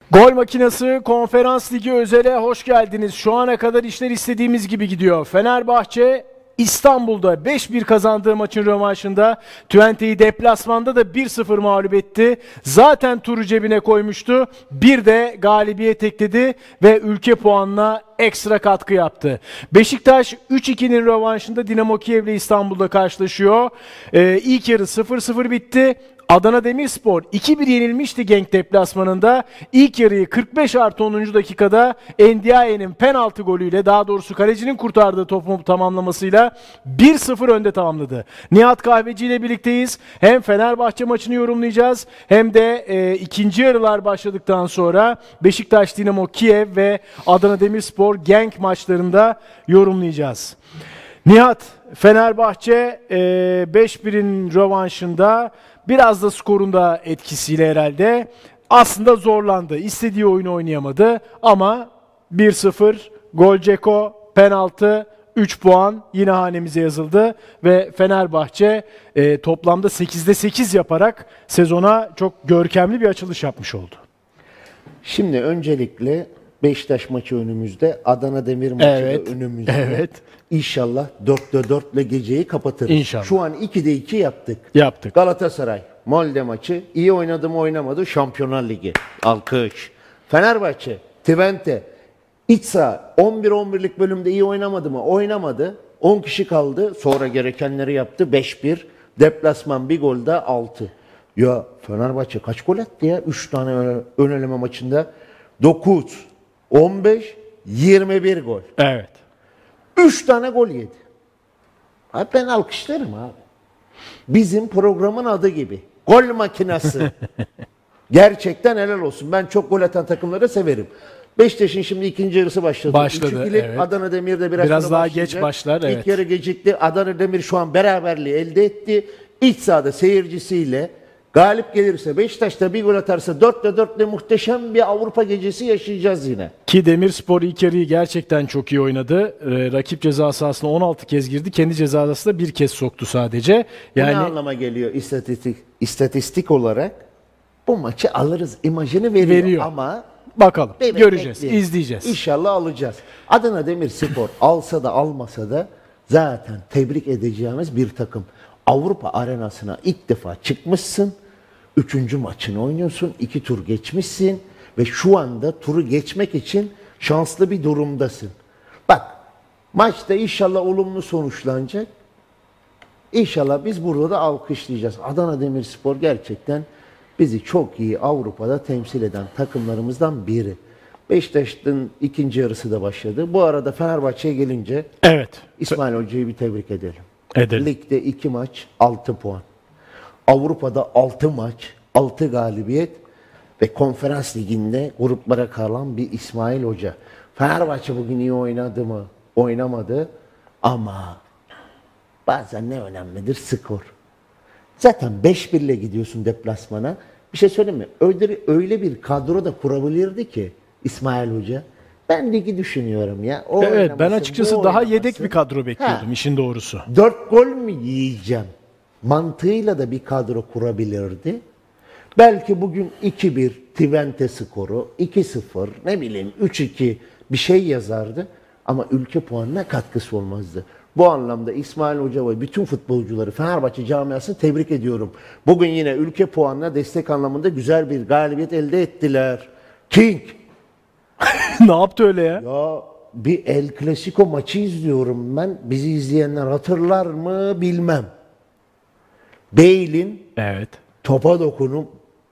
Gol Makinesi Konferans Ligi özele hoş geldiniz. Şu ana kadar işler istediğimiz gibi gidiyor. Fenerbahçe İstanbul'da 5-1 kazandığı maçın rövanşında Twente'yi deplasmanda da 1-0 mağlup etti. Zaten turu cebine koymuştu. Bir de galibiyet ekledi ve ülke puanına ekstra katkı yaptı. Beşiktaş 3-2'nin rövanşında Dinamo Kiev'le İstanbul'da karşılaşıyor. İlk yarı 0-0 bitti. Adana Demirspor 2-1 yenilmişti Genk deplasmanında. İlk yarıyı 45+10. dakikada Ndiaye'nin penaltı golüyle, daha doğrusu kalecinin kurtardığı topu tamamlamasıyla 1-0 önde tamamladı. Nihat Kahveci ile birlikteyiz. Hem Fenerbahçe maçını yorumlayacağız hem de ikinci yarılar başladıktan sonra Beşiktaş, Dinamo Kiev ve Adana Demirspor Genk maçlarında yorumlayacağız. Nihat, Fenerbahçe 5-1'in rövanşında biraz da skorun da etkisiyle herhalde aslında zorlandı. İstediği oyunu oynayamadı ama 1-0, gol Ceko, penaltı, 3 puan yine hanemize yazıldı ve Fenerbahçe toplamda 8'de 8 yaparak sezona çok görkemli bir açılış yapmış oldu. Şimdi öncelikle Beşiktaş maçı önümüzde, Adana Demir maçı da önümüzde. Evet. İnşallah 4'te 4 ile geceyi kapatırız. İnşallah. Şu an 2'de 2 yaptık. Yaptık. Galatasaray, Molde maçı iyi oynadı mı oynamadı, Şampiyonlar Ligi. Alkış. Fenerbahçe, Twente, iç saha 11-11'lik bölümde iyi oynamadı mı? Oynamadı. 10 kişi kaldı. Sonra gerekenleri yaptı. 5-1. Deplasman bir golde 6. Ya Fenerbahçe kaç gol attı ya? 3 tane ön eleme maçında. 9, 15, 21 gol. Evet. 3 tane gol yedi. Abi ben alkışlarım abi. Bizim programın adı gibi. Gol makinası. Gerçekten helal olsun. Ben çok gol atan takımları severim. Beşiktaş'ın şimdi ikinci yarısı başladı. Başladı, 3-2'lik, evet. Adana Demir de Biraz sonra daha başlayacak. geç başlar, evet. İlk yarı gecikti. Adana Demir şu an beraberliği elde etti. İç sahada seyircisiyle galip gelirse, Beşiktaş'ta bir gol atarsa 4'te 4'le muhteşem bir Avrupa gecesi yaşayacağız yine. Ki Demirspor ilk yarıyı gerçekten çok iyi oynadı. Rakip ceza sahasına 16 kez girdi. Kendi ceza sahasına bir kez soktu sadece. Yani, bu ne anlama geliyor istatistik olarak? Bu maçı alırız imajını veriyor. Ama bakalım, göreceğiz, bekleyelim. izleyeceğiz. İnşallah alacağız. Adana Demirspor alsa da almasa da zaten tebrik edeceğimiz bir takım. Avrupa arenasına ilk defa çıkmışsın. 3. maçını oynuyorsun. 2 tur geçmişsin. Ve şu anda turu geçmek için şanslı bir durumdasın. Bak, maçta inşallah olumlu sonuçlanacak. İnşallah biz burada da alkışlayacağız. Adana Demirspor gerçekten bizi çok iyi Avrupa'da temsil eden takımlarımızdan biri. Beşiktaş'ın ikinci yarısı da başladı. Bu arada Fenerbahçe'ye gelince İsmail Hoca'yı bir tebrik edelim. Ligde 2 maç 6 puan. Avrupa'da 6 maç 6 galibiyet ve Konferans Ligi'nde gruplara kalan bir İsmail Hoca. Fenerbahçe bugün iyi oynadı mı? Oynamadı ama bazen ne önemlidir? Skor. Zaten 5-1 ile gidiyorsun deplasmana. Bir şey söyleyeyim mi? Öyle bir kadro da kurabilirdi ki İsmail Hoca. Ben ligi düşünüyorum ya. Evet, ben açıkçası daha yedek bir kadro bekliyordum, işin doğrusu. 4 gol mü yiyeceğim? Mantığıyla da bir kadro kurabilirdi. Belki bugün 2-1 Twente skoru, 2-0, ne bileyim 3-2 bir şey yazardı. Ama ülke puanına katkısı olmazdı. Bu anlamda İsmail Hoca ve bütün futbolcuları, Fenerbahçe camiasını tebrik ediyorum. Bugün yine ülke puanına destek anlamında güzel bir galibiyet elde ettiler. King! Ne yaptı öyle ya? Ya bir El Clasico maçı izliyorum ben. Bizi izleyenler hatırlar mı bilmem. Bale'in topa dokunup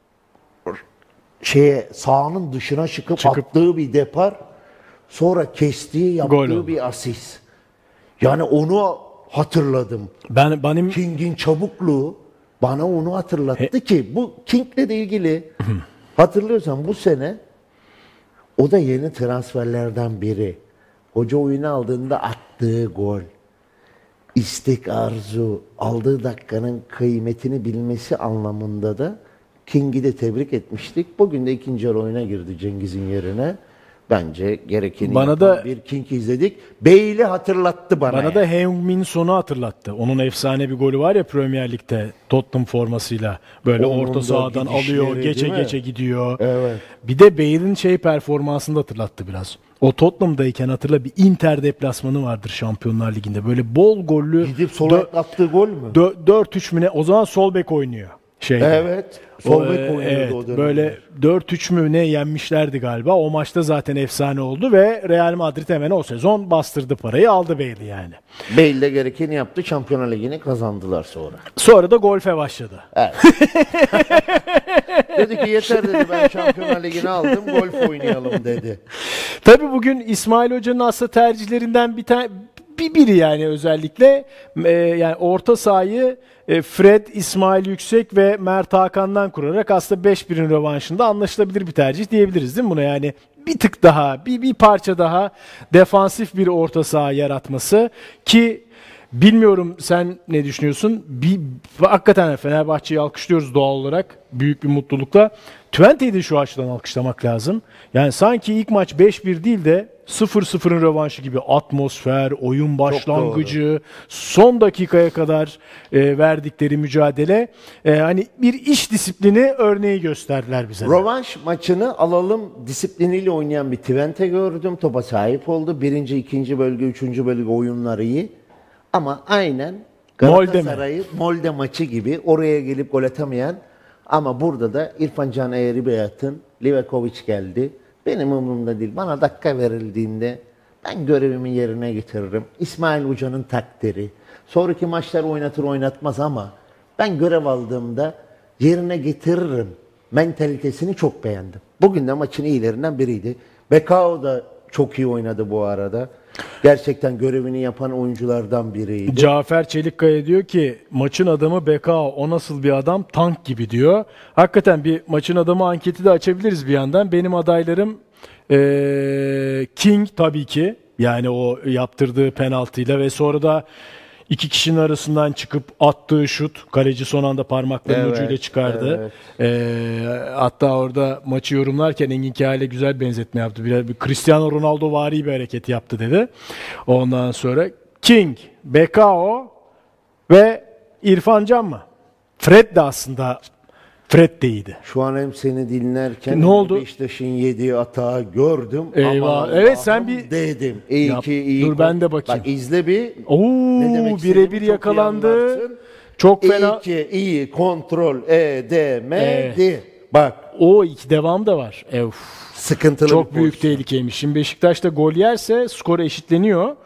sahanın dışına çıkıp attığı bir depar, sonra kestiği, yaptığı bir asist. Yani onu hatırladım. Benim King'in çabukluğu bana onu hatırlattı ki bu King'le de ilgili hatırlıyorsan bu sene o da yeni transferlerden biri. Hoca oyunu aldığında attığı gol, istek, arzu, aldığı dakikanın kıymetini bilmesi anlamında da King'i de tebrik etmiştik. Bugün de ikinci yarı oyuna girdi Cengiz'in yerine. Bence gerekeni Bana yapan da- bir King izledik. Bale'i hatırlattı bana. Bana da Heung-min Son'u hatırlattı. Onun efsane bir golü var ya Premier Lig'de Tottenham formasıyla. Böyle Onun orta da sahadan gidişleri, alıyor, geçe değil mi? geçe gidiyor. Evet. Bir de Bale'in performansını da hatırlattı biraz. O Tottenham'dayken hatırla bir Inter deplasmanı vardır Şampiyonlar Ligi'nde. Böyle bol gollü Gidip sola attığı gol mü? 4-3 mü ne? O zaman sol bek oynuyor. Evet. Sol bek oynuyordu evet, o dönemde. böyle 4-3 mü ne yenmişlerdi galiba. O maçta zaten efsane oldu ve Real Madrid hemen o sezon bastırdı parayı, aldı Bale'i yani. Bale de gerekeni yaptı. Şampiyonlar Ligi'ni kazandılar sonra. Sonra da golfe başladı. Evet. Dedi ki yeter dedi, ben Şampiyonlar Ligi'ni aldım, golf oynayalım dedi. Tabii bugün İsmail Hoca'nın aslında tercihlerinden biri yani özellikle yani orta sahayı Fred, İsmail Yüksek ve Mert Hakan'dan kurarak aslında 5-1'in rövanşında anlaşılabilir bir tercih diyebiliriz değil mi buna? Yani bir tık daha, bir parça daha defansif bir orta saha yaratması ki bilmiyorum sen ne düşünüyorsun? Hakikaten Fenerbahçe'yi alkışlıyoruz doğal olarak büyük bir mutlulukla. Twente'yi de şu açıdan alkışlamak lazım. Yani sanki ilk maç 5-1 değil de 0-0'ın rövanşı gibi atmosfer, oyun başlangıcı, son dakikaya kadar verdikleri mücadele hani bir iş disiplini örneği gösterdiler bize. Rövanş maçını alalım disipliniyle oynayan bir Twente gördüm. Topa sahip oldu. Birinci, ikinci bölge, üçüncü bölge oyunları iyi. Ama aynen Galatasaray'ı Molde maçı gibi oraya gelip gol atamayan, ama burada da İrfan Can Eğribeyat'ın Livakovic geldi. Benim umurumda değil. Bana dakika verildiğinde ben görevimi yerine getiririm. İsmail Hoca'nın takdiri. Sonraki maçlar oynatır oynatmaz ama ben görev aldığımda yerine getiririm mentalitesini çok beğendim. Bugün de maçın iyilerinden biriydi. Bekao da çok iyi oynadı bu arada. Gerçekten görevini yapan oyunculardan biriydi. Cafer Çelikkaya diyor ki maçın adamı Bekao, o nasıl bir adam, tank gibi diyor. Hakikaten bir maçın adamı anketi de açabiliriz bir yandan. Benim adaylarım King tabii ki, yani o yaptırdığı penaltıyla ve sonra da iki kişinin arasından çıkıp attığı şut, kaleci son anda parmaklarının ucuyla çıkardı. Hatta orada maçı yorumlarken Engin Kâhil'e güzel benzetme yaptı. Bir Cristiano Ronaldo vari bir hareket yaptı dedi. Ondan sonra King, Bekao ve İrfan Can mı? Fred de aslında Fred de iyiydi. Şu an hem seni dinlerken Ne oldu? Beşiktaş'ın yediği hatağı gördüm. Eyvah. Aman Evet, sen Allah'ım bir dedim. İyi Yap. ki iyi. Dur ben de bakayım. Bak izle bir. Oo, Ne demek istediğimi birebir çok iyi yakalandı. anlarsın. Çok fena. İyi ki iyi kontrol edemedi. Bak O iki devam da var. sıkıntılı Çok bir büyük pozisyon. tehlikeymiş. Şimdi Beşiktaş'ta gol yerse skor eşitleniyor.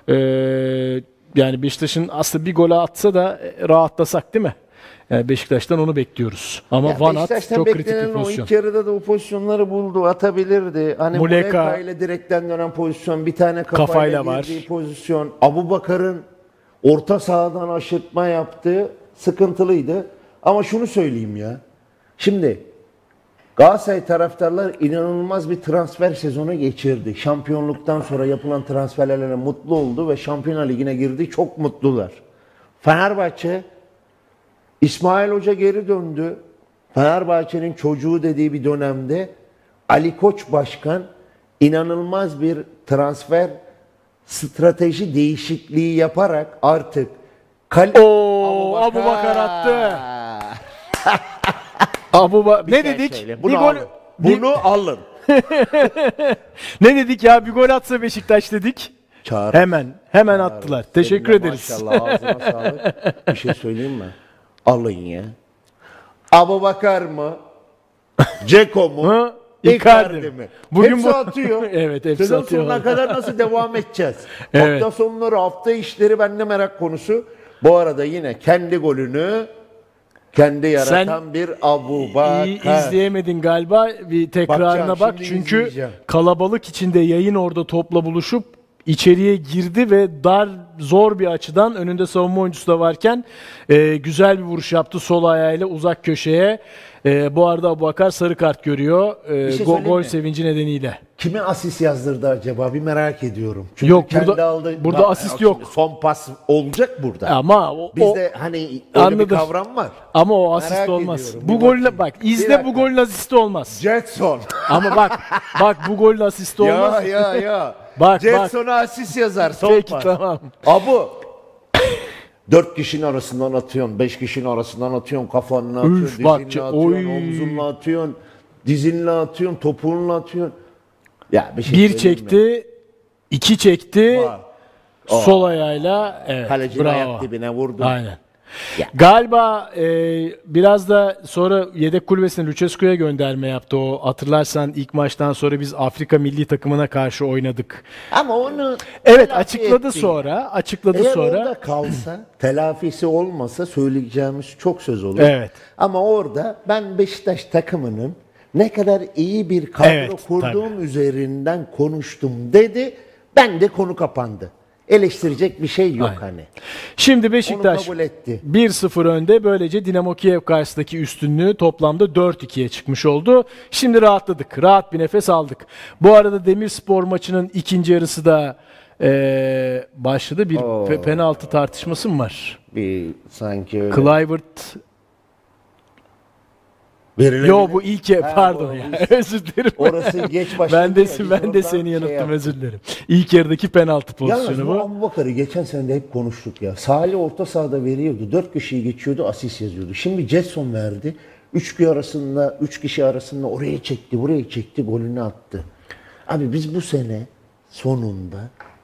Yani Beşiktaş'ın aslında bir gol atsa da rahatlasak değil mi? Yani Beşiktaş'tan onu bekliyoruz. Ama Ya Van Aert Beşiktaş'tan çok kritik beklenen bir o pozisyon. ilk yarıda da o pozisyonları buldu, atabilirdi. Hani Muleka ile direkten dönen pozisyon, bir tane kafayla var. girdiği pozisyon. Abubakar'ın orta sahadan aşırtma yaptığı sıkıntılıydı. Ama şunu söyleyeyim ya. Şimdi Galatasaray taraftarlar inanılmaz bir transfer sezonu geçirdi. Şampiyonluktan sonra yapılan transferlerle mutlu oldu ve Şampiyonlar Ligi'ne girdi. Çok mutlular. Fenerbahçe, İsmail Hoca geri döndü. Fenerbahçe'nin çocuğu dediği bir dönemde Ali Koç Başkan inanılmaz bir transfer strateji değişikliği yaparak artık Abubakar attı. Ne dedik? Bunu Bir gol. alın. Bunu alın. Ne dedik ya? Bir gol atsa Beşiktaş dedik. Çağır. Hemen attılar. Teşekkür Seninle ederiz. Maşallah ağzına sağlık. Bir şey söyleyeyim mi? Alın ya. Abubakar mı? Ceko mu? Hı? Icardi Icardi mi? Bugün Hepsi bu- atıyor. Evet, hepsi Sezon atıyor. sonuna kadar nasıl devam edeceğiz? Evet. Hafta sonları, hafta işleri bende merak konusu. Bu arada yine kendi golünü kendi yaratan bir Abubakar. İyi izleyemedin galiba. Bir tekrarına Bakacağım, bak. şimdi Çünkü izleyeceğim. kalabalık içinde yayın orada topla buluşup içeriye girdi ve zor bir açıdan önünde savunma oyuncusu da varken güzel bir vuruş yaptı sol ayağıyla uzak köşeye. Bu arada Abubakar sarı kart görüyor şey gol söyleyeyim mi? sevinci nedeniyle. Kime asist yazdırdı acaba? Bir merak ediyorum. Çünkü Yok, kendi burada- aldı. burada asist şimdi yok. Son pas olacak burada. Ama o Bizde hani öyle Anladım. bir kavram var. ama o asist Merak olmaz. ediyorum. Bu Bir golle bakayım. bak Bir izle dakika. bu golün asisti olmaz. Jetson. Ama bak bu golün asisti olmaz. ya. Bak. Jetson'a asist yazar. Son Peki pas. tamam. Abu. 4 kişinin arasından atıyorsun, 5 kişinin arasından atıyorsun, kafanla atıyorsun, Üf, bak, dizinle atıyorsun, oy. omzunla atıyorsun, dizinle atıyorsun, topuğunla atıyorsun. Ya bir şey Bir söyleyeyim mi? çekti, iki çekti. Var. Sol ayağıyla evet, Kalecinin bravo. ayak dibine vurdu. Aynen. Ya. Galiba biraz da sonra yedek kulübesine Lucescu'ya gönderme yaptı o. Hatırlarsan ilk maçtan sonra biz Afrika milli takımına karşı oynadık. Ama onu Evet telafi açıkladı etti. sonra. Eğer sonra. orada kalsa, telafisi olmasa söyleyeceğimiz çok söz olur. Evet. Ama orada ben Beşiktaş takımının ne kadar iyi bir kadro Evet, kurduğum üzerinden konuştum dedi. Ben de konu kapandı. Eleştirecek bir şey yok Aynen. hani. Şimdi Beşiktaş Onu kabul etti. 1-0 önde. Böylece Dinamo Kiev karşısındaki üstünlüğü toplamda 4-2'ye çıkmış oldu. Şimdi rahatladık. Rahat bir nefes aldık. Bu arada Demirspor maçının ikinci yarısı da başladı. Bir penaltı tartışması mı var? Bir sanki öyle. Kluivert Verilebilir. Yo bu ilk pardon o ya. ilk- Özür dilerim. Orası geç başladı Ben de ya, biz ben de oradan seni şey yanılttım yaptık. özür dilerim. İlk yarıdaki penaltı Yalnız pozisyonu bu bu. Abubakar'ı geçen sene de hep konuştuk ya. Salih orta sahada veriyordu. 4 kişiyi geçiyordu, asist yazıyordu. Şimdi Jetson verdi. 3 kişi arasında oraya çekti, buraya çekti, golünü attı. Abi biz bu sene sonunda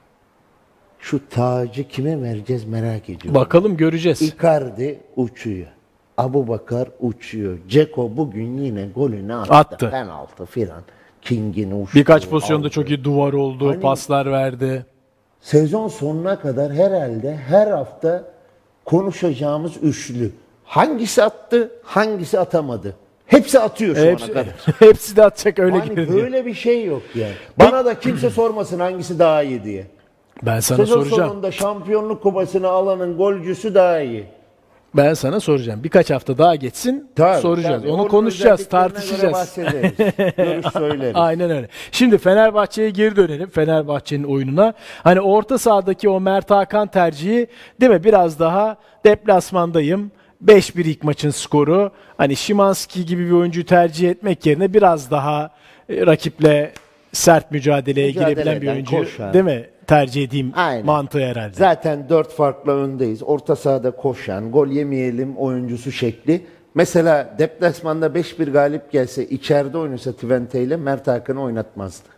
şu tacı kime vereceğiz merak ediyorum. Bakalım göreceğiz. Icardi uçuyor. Abubakar uçuyor. Ceko bugün yine golünü attı. Attı. Penaltı filan. King'in uçtu. Birkaç pozisyonda aldı. çok iyi duvar oldu, Hani- paslar verdi. Sezon sonuna kadar herhalde her hafta konuşacağımız üçlü. Hangisi attı, hangisi atamadı. Hepsi atıyor şu ana kadar. Hepsi de atacak öyle Hani görünüyor. böyle bir şey yok yani. Bana da kimse sormasın hangisi daha iyi diye. Ben sana Sezon soracağım. sonunda şampiyonluk kupasını alanın golcüsü daha iyi. Ben sana soracağım. Birkaç hafta daha geçsin soracağız. Tabii. Onu Onun konuşacağız, özelliklerine göre tartışacağız. bahsederiz. Görüş söyleriz. Aynen öyle. Şimdi Fenerbahçe'ye geri dönelim. Fenerbahçe'nin oyununa. Hani orta sahadaki o Mert Hakan tercihi değil mi? Biraz daha deplasmandayım. 5-1 ilk maçın skoru. Hani Szymański gibi bir oyuncuyu tercih etmek yerine biraz daha rakiple sert mücadeleye Mücadele girebilen bir eden, oyuncu koşan. değil mi? Tercih edeyim Aynen. mantığı herhalde. Zaten 4 farklı öndeyiz. Orta sahada koşan, gol yemeyelim oyuncusu şekli. Mesela deplasmanda 5-1 galip gelse, içeride oynasa Twente ile Mert Hakan'ı oynatmazdı.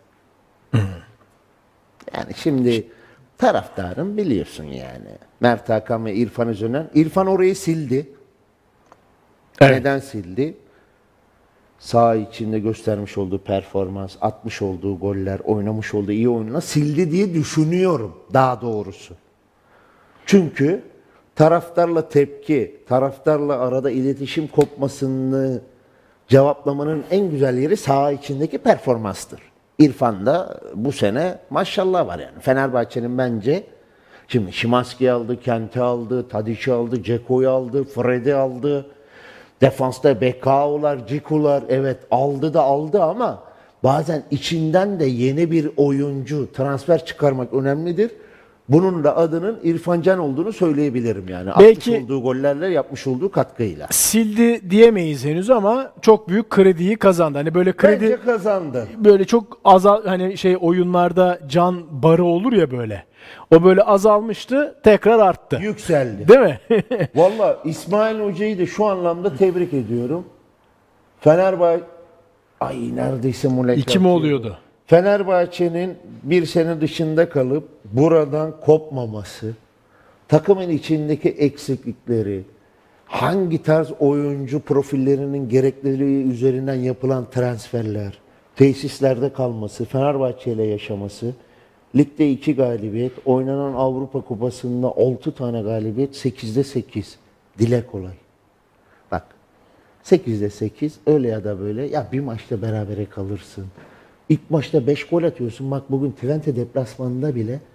Yani şimdi taraftarım biliyorsun yani. Mert Hakan ve İrfan Özönen. İrfan orayı sildi. Evet. Neden sildi? Saha içinde göstermiş olduğu performans, atmış olduğu goller, oynamış olduğu iyi oyunla sildi diye düşünüyorum daha doğrusu. Çünkü taraftarla tepki, taraftarla arada iletişim kopmasını cevaplamanın en güzel yeri saha içindeki performanstır. İrfan'da bu sene maşallah var yani. Fenerbahçe'nin bence şimdi Szymański'yi aldı, Kent'i aldı, Tadic'i aldı, Ceko'yu aldı, Fred'i aldı. Defansta Bekao'lar, Ciku'lar evet aldı ama bazen içinden de yeni bir oyuncu transfer çıkarmak önemlidir. Bunun da adının İrfan Can olduğunu söyleyebilirim yani. Belki- Atmış olduğu gollerle yapmış olduğu katkıyla. Sildi diyemeyiz henüz ama çok büyük krediyi kazandı. Hani böyle kredi Bence kazandı. böyle çok azal hani oyunlarda can barı olur ya böyle. O böyle azalmıştı, tekrar arttı. Yükseldi. Değil mi? Valla İsmail Hoca'yı da şu anlamda tebrik ediyorum. Fenerbahçe neredeyse mulek 2 mi oluyordu? Fenerbahçe'nin bir sene dışında kalıp buradan kopmaması, takımın içindeki eksiklikleri, hangi tarz oyuncu profillerinin gerekliliği üzerinden yapılan transferler, tesislerde kalması, Fenerbahçe ile yaşaması, ligde 2 galibiyet, oynanan Avrupa Kupası'nda 6 tane galibiyet, 8'de 8. Dile kolay. Bak 8'de 8 öyle ya da böyle ya bir maçta berabere kalırsın. İlk maçta 5 gol atıyorsun. Bak bugün Twente deplasmanında bile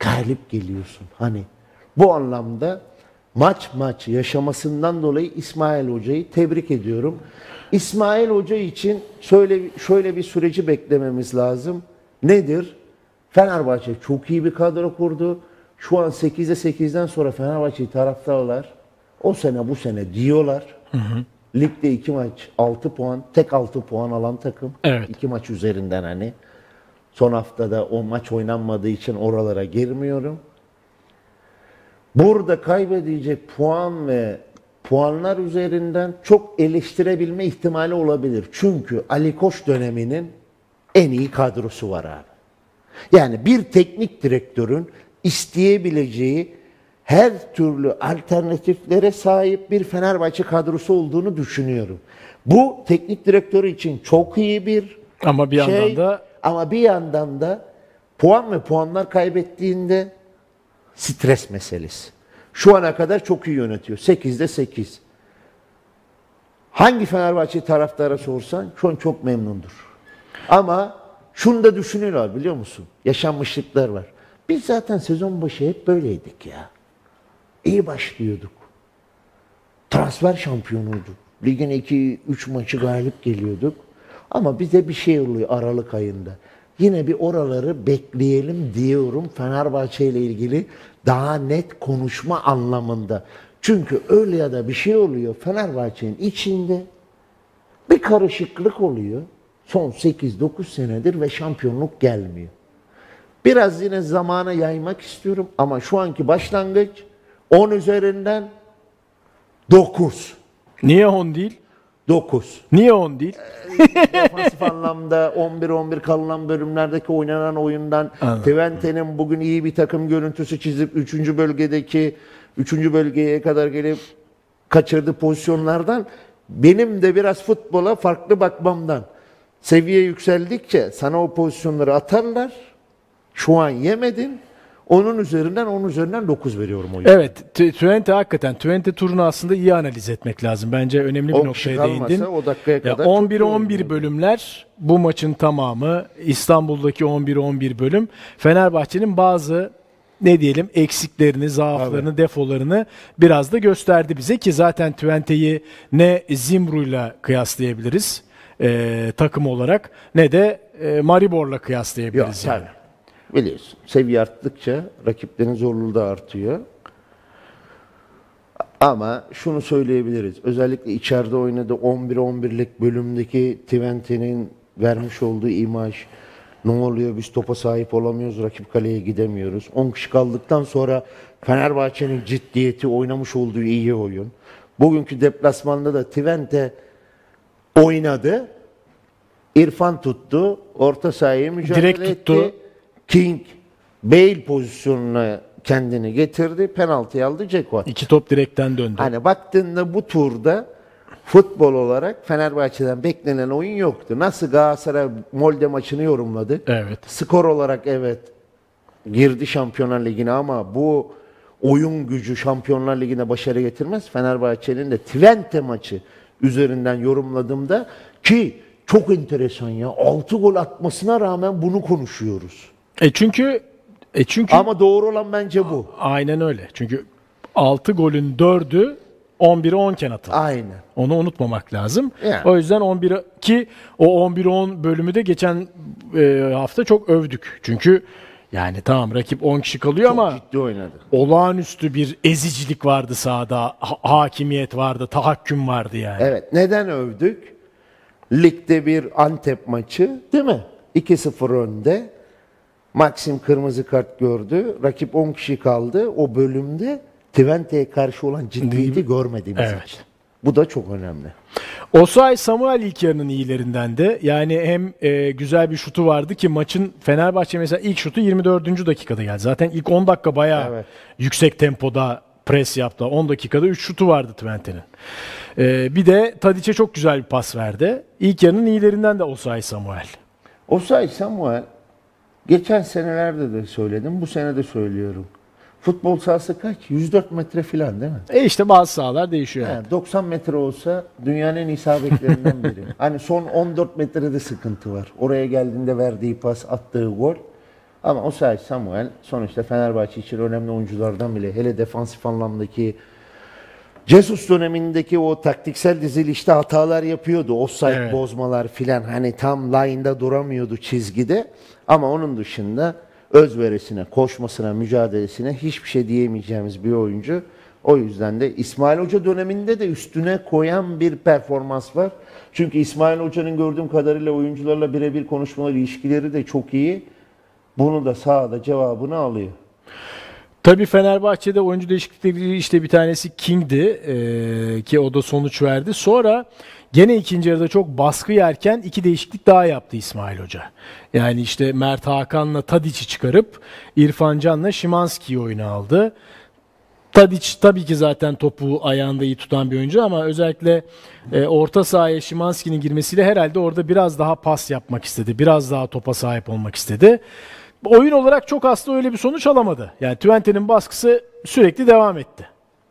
galip geliyorsun. Hani bu anlamda maç yaşamasından dolayı İsmail Hoca'yı tebrik ediyorum. İsmail Hoca için şöyle bir süreci beklememiz lazım. Nedir? Fenerbahçe çok iyi bir kadro kurdu. Şu an 8'de 8'den sonra Fenerbahçe'yi taraftarlar o sene bu sene diyorlar. Ligde 2 maç 6 puan, tek 6 puan alan takım. Evet. 2 maç üzerinden hani. Son haftada o maç oynanmadığı için oralara girmiyorum. Burada kaybedecek puan ve puanlar üzerinden çok eleştirebilme ihtimali olabilir. Çünkü Ali Koç döneminin en iyi kadrosu var abi. Yani bir teknik direktörün isteyebileceği her türlü alternatiflere sahip bir Fenerbahçe kadrosu olduğunu düşünüyorum. Bu teknik direktörü için çok iyi bir Ama bir yandan da ama bir yandan da puan ve puanlar kaybettiğinde stres meselesi. Şu ana kadar çok iyi yönetiyor. 8'de 8. Hangi Fenerbahçe taraftara sorsan şu an çok memnundur. Ama şunu da düşünüyorlar biliyor musun? Yaşanmışlıklar var. Biz zaten sezon başı hep böyleydik ya. İyi başlıyorduk. Transfer şampiyonuyduk. Ligin 2-3 maçı galip geliyorduk. Ama bize bir şey oluyor Aralık ayında. Yine bir oraları bekleyelim diyorum Fenerbahçe ile ilgili daha net konuşma anlamında. Çünkü öyle ya da bir şey oluyor Fenerbahçe'nin içinde bir karışıklık oluyor. Son 8-9 senedir ve şampiyonluk gelmiyor. Biraz yine zamana yaymak istiyorum ama şu anki başlangıç 10 üzerinden 9. niye 10 değil? 9. Niye 10 değil? Defansif anlamda 11-11 kalınan bölümlerdeki oynanan oyundan Twente'nin bugün iyi bir takım görüntüsü çizip 3. bölgeye kadar gelip kaçırdığı pozisyonlardan benim de biraz futbola farklı bakmamdan seviye yükseldikçe sana o pozisyonları atarlar. Şu an yemedin. Onun üzerinden 9 veriyorum o yüzden. Evet, Twente hakikaten Twente turunu aslında iyi analiz etmek lazım. Bence önemli bir noktaya değindin. O dakikaya kadar 11-11 bölümler bu maçın tamamı İstanbul'daki 11-11 bölüm Fenerbahçe'nin bazı ne diyelim eksiklerini, zaaflarını, defolarını biraz da gösterdi bize ki zaten Twente'yi ne Zimbru'yla kıyaslayabiliriz takım olarak ne de Maribor'la kıyaslayabiliriz. Yok, yani. tabii. Biliyorsun seviye arttıkça rakiplerin zorluğu da artıyor. Ama şunu söyleyebiliriz. Özellikle içeride oynadığı 11-11'lik bölümdeki Twente'nin vermiş olduğu imaj ne oluyor biz topa sahip olamıyoruz, rakip kaleye gidemiyoruz. 10 kişi kaldıktan sonra Fenerbahçe'nin ciddiyeti oynamış olduğu iyi oyun. Bugünkü deplasmanda da Twente oynadı. İrfan tuttu. Orta sahaya mücadele Direkt etti. tuttu. King Bale pozisyonuna kendini getirdi. Penaltıyı aldı. Dzeko attı. 2 top direkten döndü. Hani baktığında bu turda futbol olarak Fenerbahçe'den beklenen oyun yoktu. Nasıl Galatasaray Molde maçını yorumladı. Evet. Skor olarak evet girdi Şampiyonlar Ligi'ne ama bu oyun gücü Şampiyonlar Ligi'ne başarı getirmez. Fenerbahçe'nin de Twente maçı üzerinden yorumladığımda ki çok enteresan ya 6 gol atmasına rağmen bunu konuşuyoruz. Çünkü Ama doğru olan bence bu. aynen öyle. Çünkü 6 golün 4'ü 11'e 10'ken atıldı. Aynen. Onu unutmamak lazım. Yani. O yüzden 11'e ki o 11'e 10 bölümü de geçen hafta çok övdük. Çünkü yani tamam rakip 10 kişi kalıyor ama Ciddi oynadı. olağanüstü bir ezicilik vardı sahada. Hakimiyet vardı, tahakküm vardı yani. Evet. Neden övdük? Ligde bir Antep maçı değil mi? 2-0 önde. Maxim kırmızı kart gördü. Rakip 10 kişi kaldı. O bölümde Twente'ye karşı olan ciddiyeti görmediğimiz Evet. için. Bu da çok önemli. Osay Samuel ilk yarının iyilerinden de. Yani hem güzel bir şutu vardı ki maçın Fenerbahçe mesela ilk şutu 24. dakikada geldi. Zaten ilk 10 dakika bayağı Evet. yüksek tempoda pres yaptı. 10 dakikada 3 şutu vardı Twente'nin. Bir de Tadiç'e çok güzel bir pas verdi. İlk yarının iyilerinden de Osay Samuel. Osay Samuel geçen senelerde de söyledim. Bu sene de söylüyorum. Futbol sahası kaç? 104 metre falan değil mi? İşte bazı sahalar değişiyor. Yani 90 metre olsa dünyanın en iyi sağ beklerinden biri. Hani son 14 metrede sıkıntı var. Oraya geldiğinde verdiği pas, attığı gol. Ama Osayi Samuel sonuçta Fenerbahçe için önemli oyunculardan bile. Hele defansif anlamdaki Jesus dönemindeki o taktiksel dizilişte hatalar yapıyordu. Offside bozmalar filan, hani tam line'da duramıyordu çizgide. Ama onun dışında özveresine, koşmasına, mücadelesine hiçbir şey diyemeyeceğimiz bir oyuncu. O yüzden de İsmail Hoca döneminde de üstüne koyan bir performans var. Çünkü İsmail Hoca'nın gördüğüm kadarıyla oyuncularla birebir konuşmaları, ilişkileri de çok iyi. Bunu da sahada cevabını alıyor. Tabii Fenerbahçe'de oyuncu değişiklikleri işte bir tanesi King'di ki o da sonuç verdi. Sonra gene ikinci yarıda çok baskı yerken iki değişiklik daha yaptı İsmail Hoca. Yani işte Mert Hakan'la Tadic'i çıkarıp İrfan Can'la Szymański'yi oyuna aldı. Tadic tabii ki zaten topu ayağında iyi tutan bir oyuncu ama özellikle orta sahaya Szymański'nin girmesiyle herhalde orada biraz daha pas yapmak istedi. Biraz daha topa sahip olmak istedi. Oyun olarak çok aslında öyle bir sonuç alamadı. Yani Twente'nin baskısı sürekli devam etti.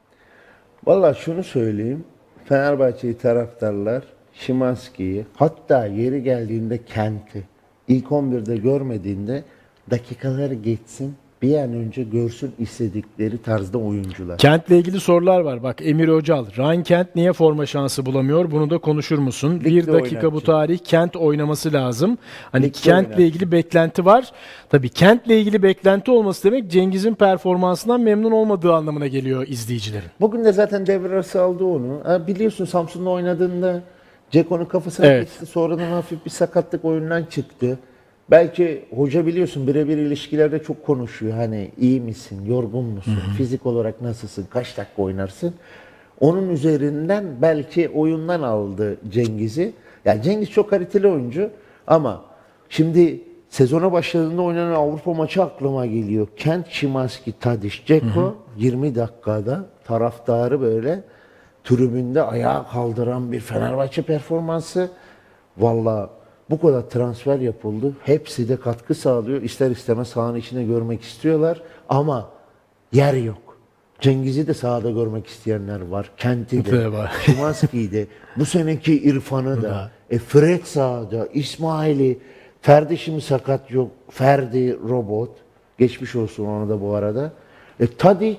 Vallahi şunu söyleyeyim. Fenerbahçe'yi taraftarlar Szymański'yi, hatta yeri geldiğinde Kent'i ilk 11'de görmediğinde dakikaları geçsin, bir an önce görsün istedikleri tarzda oyuncular. Kent'le ilgili sorular var. Bak Emir Öcal, Ryan Kent niye forma şansı bulamıyor? Bunu da konuşur musun? Bir dakika oynatacak. bu tarih Kent oynaması lazım. Hani Ligde Kent'le oynatacak. ilgili beklenti var. Tabii Kent'le ilgili beklenti olması demek Cengiz'in performansından memnun olmadığı anlamına geliyor izleyicilerin. Bugün de zaten devre arası aldı onu. Biliyorsun Samsun'da oynadığında Ceko'nun kafasına Evet. gitti. Sonradan hafif bir sakatlık oyundan çıktı. Belki hoca biliyorsun birebir ilişkilerde çok konuşuyor. Hani iyi misin, yorgun musun, fizik olarak nasılsın, kaç dakika oynarsın. Onun üzerinden belki oyundan aldı Cengiz'i. Yani Cengiz çok kaliteli oyuncu ama şimdi sezona başladığında oynanan Avrupa maçı aklıma geliyor. Kent, Szymański, Tadic, Ceko 20 dakikada taraftarı böyle tribünde ayağa kaldıran bir Fenerbahçe performansı. Vallahi bu kadar transfer yapıldı. Hepsi de katkı sağlıyor. İster istemez sahanın içinde görmek istiyorlar ama yer yok. Cengiz'i de sahada görmek isteyenler var. Kent'i de, var. Szymański'yi de, bu seneki İrfan'ı da, Fred sahada, İsmail'i, Ferdi şimdi sakat yok. Ferdi robot. Geçmiş olsun ona da bu arada. Tadic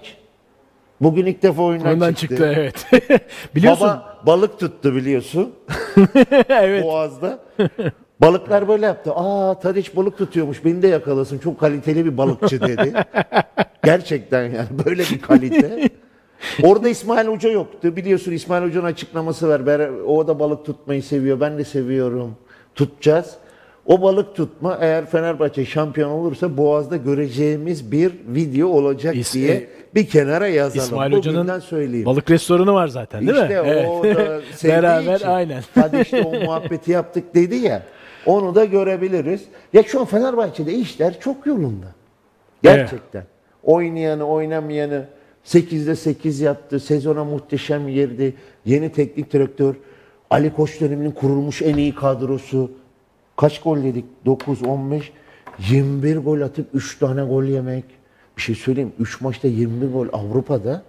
bugün ilk defa oyundan çıktı evet. Biliyorsun. Baba balık tuttu biliyorsun. Evet. Boğaz'da. Balıklar böyle yaptı. Tadic balık tutuyormuş. Beni de yakalasın. Çok kaliteli bir balıkçı dedi. Gerçekten yani böyle bir kalite. Orada İsmail Hoca yoktu. Biliyorsun İsmail Hoca'nın açıklaması var. O da balık tutmayı seviyor. Ben de seviyorum. Tutacağız. O balık tutma eğer Fenerbahçe şampiyon olursa Boğaz'da göreceğimiz bir video olacak diye bir kenara yazalım. İsmail Bugünden Hoca'nın söyleyeyim. balık restoranı var zaten değil mi? İşte o da sevdiği Beraber için. aynen. Hadi işte o muhabbeti yaptık dedi ya. Onu da görebiliriz. Ya şu an Fenerbahçe'de işler çok yolunda. Gerçekten. Oynayanı, oynamayanı 8'de 8 yaptı. Sezona muhteşem girdi. Yeni teknik direktör. Ali Koç döneminin kurulmuş en iyi kadrosu. Kaç gol yedik? 9, 15. 21 gol atıp 3 tane gol yemek. Bir şey söyleyeyim. 3 maçta 21 gol Avrupa'da.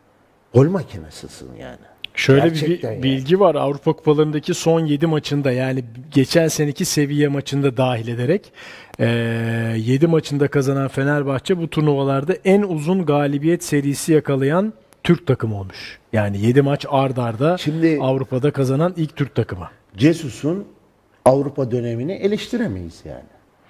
Gol makinesisin yani. Şöyle Gerçekten bir bilgi var. Avrupa Kupalarındaki son 7 maçında yani geçen seneki seviye maçında dahil ederek 7 maçında kazanan Fenerbahçe bu turnuvalarda en uzun galibiyet serisi yakalayan Türk takımı olmuş. Yani 7 maç ard arda Şimdi Avrupa'da kazanan ilk Türk takımı. Jesus'un Avrupa dönemini eleştiremeyiz yani.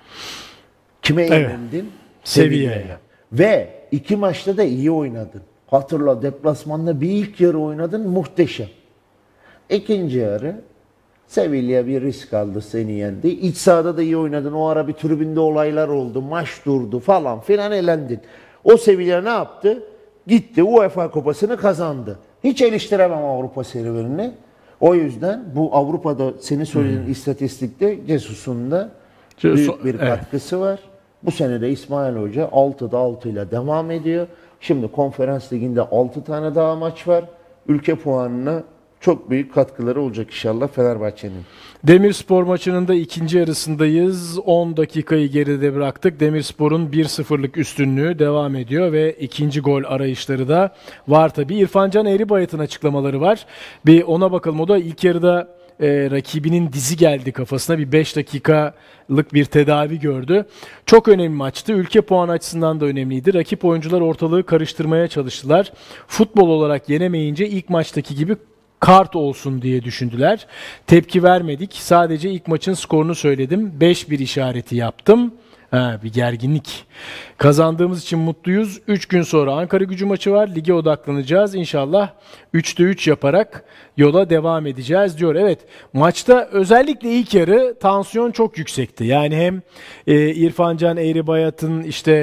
Kime yenildin? Sevilla'ya. Ve 2 maçta da iyi oynadın. Hatırla deplasmanda bir ilk yarı oynadın muhteşem. İkinci yarı Sevilla bir risk aldı seni yendi. İç sahada da iyi oynadın. O ara bir tribünde olaylar oldu. Maç durdu falan filan elendin. O Sevilla ne yaptı? Gitti UEFA Kupası'nı kazandı. Hiç eleştiremem Avrupa serüvenini. O yüzden bu Avrupa'da senin söylediğin istatistikte Jesus'un da büyük bir katkısı var. Bu sene de İsmail Hoca 6'da 6 ile devam ediyor. Şimdi Konferans Ligi'nde 6 tane daha maç var. Ülke puanına çok büyük katkıları olacak inşallah Fenerbahçe'nin. Demirspor maçının da ikinci yarısındayız. 10 dakikayı geride bıraktık. Demirspor'un 1-0'lık üstünlüğü devam ediyor ve ikinci gol arayışları da var tabii. İrfan Can Eğribayat'ın açıklamaları var. Bir ona bakalım. O da ilk yarıda rakibinin dizi geldi kafasına. Bir 5 dakikalık bir tedavi gördü. Çok önemli maçtı. Ülke puanı açısından da önemliydi. Rakip oyuncular ortalığı karıştırmaya çalıştılar. Futbol olarak yenemeyince ilk maçtaki gibi kart olsun diye düşündüler. Tepki vermedik. Sadece ilk maçın skorunu söyledim. 5-1 işareti yaptım. Bir gerginlik. Kazandığımız için mutluyuz. 3 gün sonra Ankaragücü maçı var. Lige odaklanacağız. İnşallah 3'te 3 yaparak yola devam edeceğiz diyor. Evet, maçta özellikle ilk yarı tansiyon çok yüksekti. Yani hem İrfan Can Eğribayat'ın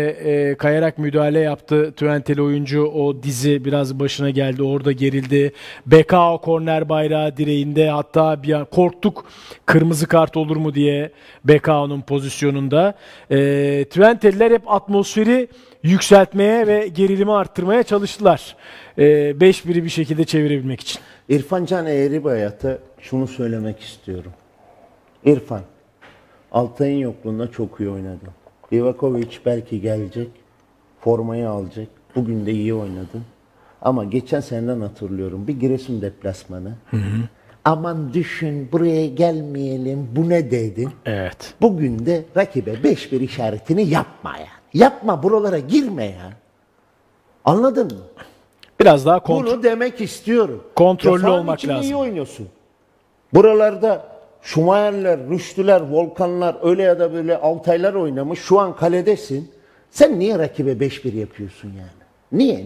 kayarak müdahale yaptı. Twenteli oyuncu o dizi biraz başına geldi. Orada gerildi. Bekao korner bayrağı direğinde, hatta bir an korktuk kırmızı kart olur mu diye Bekao'nun pozisyonunda. Twenteliler hep atmosferi yükseltmeye ve gerilimi arttırmaya çalıştılar. 5-1'i bir şekilde çevirebilmek için. İrfan Can Eğribayat'a şunu söylemek istiyorum. İrfan, Altay'ın yokluğunda çok iyi oynadı. Livakovic belki gelecek, formayı alacak. Bugün de iyi oynadın. Ama geçen seneden hatırlıyorum. Bir Giresun deplasmanı. Hı. Aman düşün, buraya gelmeyelim, bu ne dedin? Evet. Bugün de rakibe 5-1 işaretini yapma ya. Yapma, buralara girme ya. Anladın mı? Biraz daha bunu demek istiyorum. Kontrollü olmak lazım. İyi oynuyorsun. Buralarda Şumayerler, Rüştüler, Volkanlar, öyle ya da böyle Altaylar oynamış. Şu an kaledesin. Sen niye rakibe 5-1 yapıyorsun yani?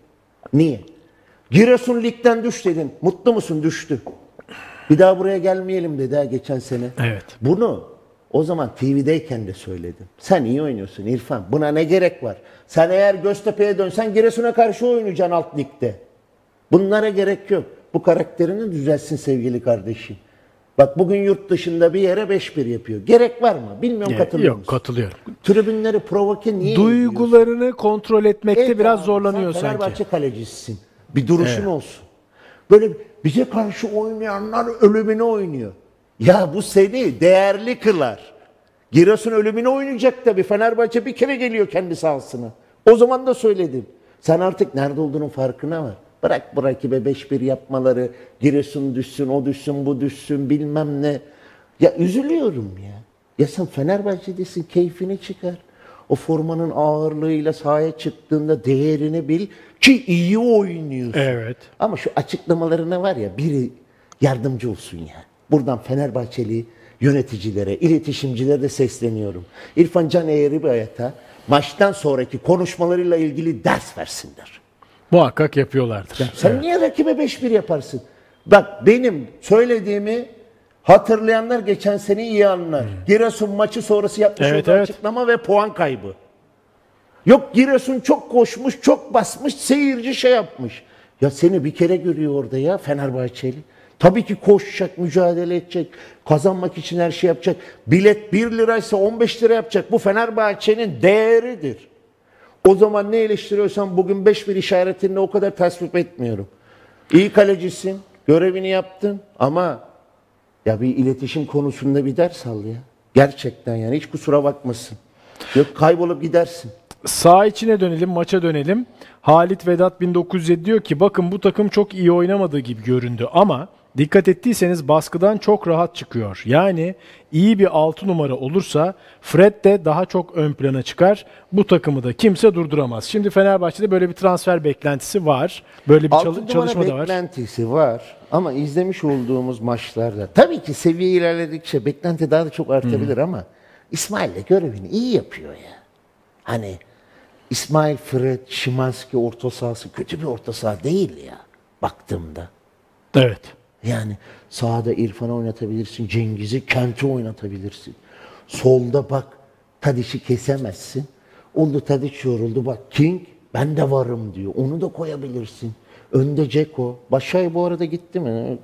Niye? Giresun ligden düş dedin. Mutlu musun? Düştü. Bir daha buraya gelmeyelim dedi ha geçen sene. Evet. Bunu o zaman TV'deyken de söyledim. Sen iyi oynuyorsun İrfan. Buna ne gerek var? Sen eğer Göztepe'ye dönsen Giresun'a karşı oynayacaksın alt ligde. Bunlara gerek yok. Bu karakterini düzelsin sevgili kardeşim. Bak bugün yurt dışında bir yere 5-1 yapıyor. Gerek var mı? Bilmiyorum, katılıyor musun? Yok, katılıyorum. Tribünleri provoke niye Duygularını ediyorsun? kontrol etmekte biraz zorlanıyor sen sanki. Fenerbahçe kalecisisin. Bir duruşun olsun. Böyle bize karşı oynayanlar ölümüne oynuyor. Ya bu seni değerli kılar. Giresun ölümüne oynayacak tabii. Fenerbahçe bir kere geliyor kendi sahasına. O zaman da söyledim. Sen artık nerede olduğunun farkına var. Bırak bu rakibe 5-1 yapmaları. Giresun düşsün, o düşsün, bu düşsün, bilmem ne. Ya üzülüyorum ya. Ya sen Fenerbahçe'desin, keyfini çıkar. O formanın ağırlığıyla sahaya çıktığında değerini bil ki iyi oynuyorsun. Evet. Ama şu açıklamalarına var ya, biri yardımcı olsun ya. Buradan Fenerbahçeli yöneticilere, iletişimcilere de sesleniyorum. İrfan Can Eğribayat'a maçtan sonraki konuşmalarıyla ilgili ders versinler. Muhakkak yapıyorlardır. Sen niye rakibe 5-1 yaparsın? Bak benim söylediğimi hatırlayanlar geçen sene iyi anlar. Giresun maçı sonrası yapmış olduğu açıklama ve puan kaybı. Yok Giresun çok koşmuş, çok basmış, seyirci şey yapmış. Ya seni bir kere görüyor orada ya Fenerbahçeli. Tabii ki koşacak, mücadele edecek, kazanmak için her şey yapacak. Bilet 1 liraysa 15 lira yapacak. Bu Fenerbahçe'nin değeridir. O zaman ne eleştiriyorsan bugün 5-1 işaretini o kadar tasvip etmiyorum. İyi kalecisin, görevini yaptın ama ya bir iletişim konusunda bir ders al ya. Gerçekten yani hiç kusura bakmasın. Yok kaybolup gidersin. Sağ içine dönelim, maça dönelim. Halit Vedat 1907 diyor ki bakın bu takım çok iyi oynamadığı gibi göründü ama dikkat ettiyseniz baskıdan çok rahat çıkıyor. Yani iyi bir 6 numara olursa Fred de daha çok ön plana çıkar. Bu takımı da kimse durduramaz. Şimdi Fenerbahçe'de böyle bir transfer beklentisi var. Böyle bir çalışma da var. Beklentisi var ama izlemiş olduğumuz maçlarda tabii ki seviye ilerledikçe beklenti daha da çok artabilir ama İsmail de görevini iyi yapıyor ya. Hani İsmail, Fred, Szymanski orta sahası kötü bir orta saha değil ya baktığımda. Evet. Yani sağda İrfan'ı oynatabilirsin, Cengiz'i, Kent'i oynatabilirsin. Solda bak Tadic'i kesemezsin. Oldu Tadic yoruldu bak King ben de varım diyor. Onu da koyabilirsin. Önde Ceko. Başakşehir bu arada gitti mi?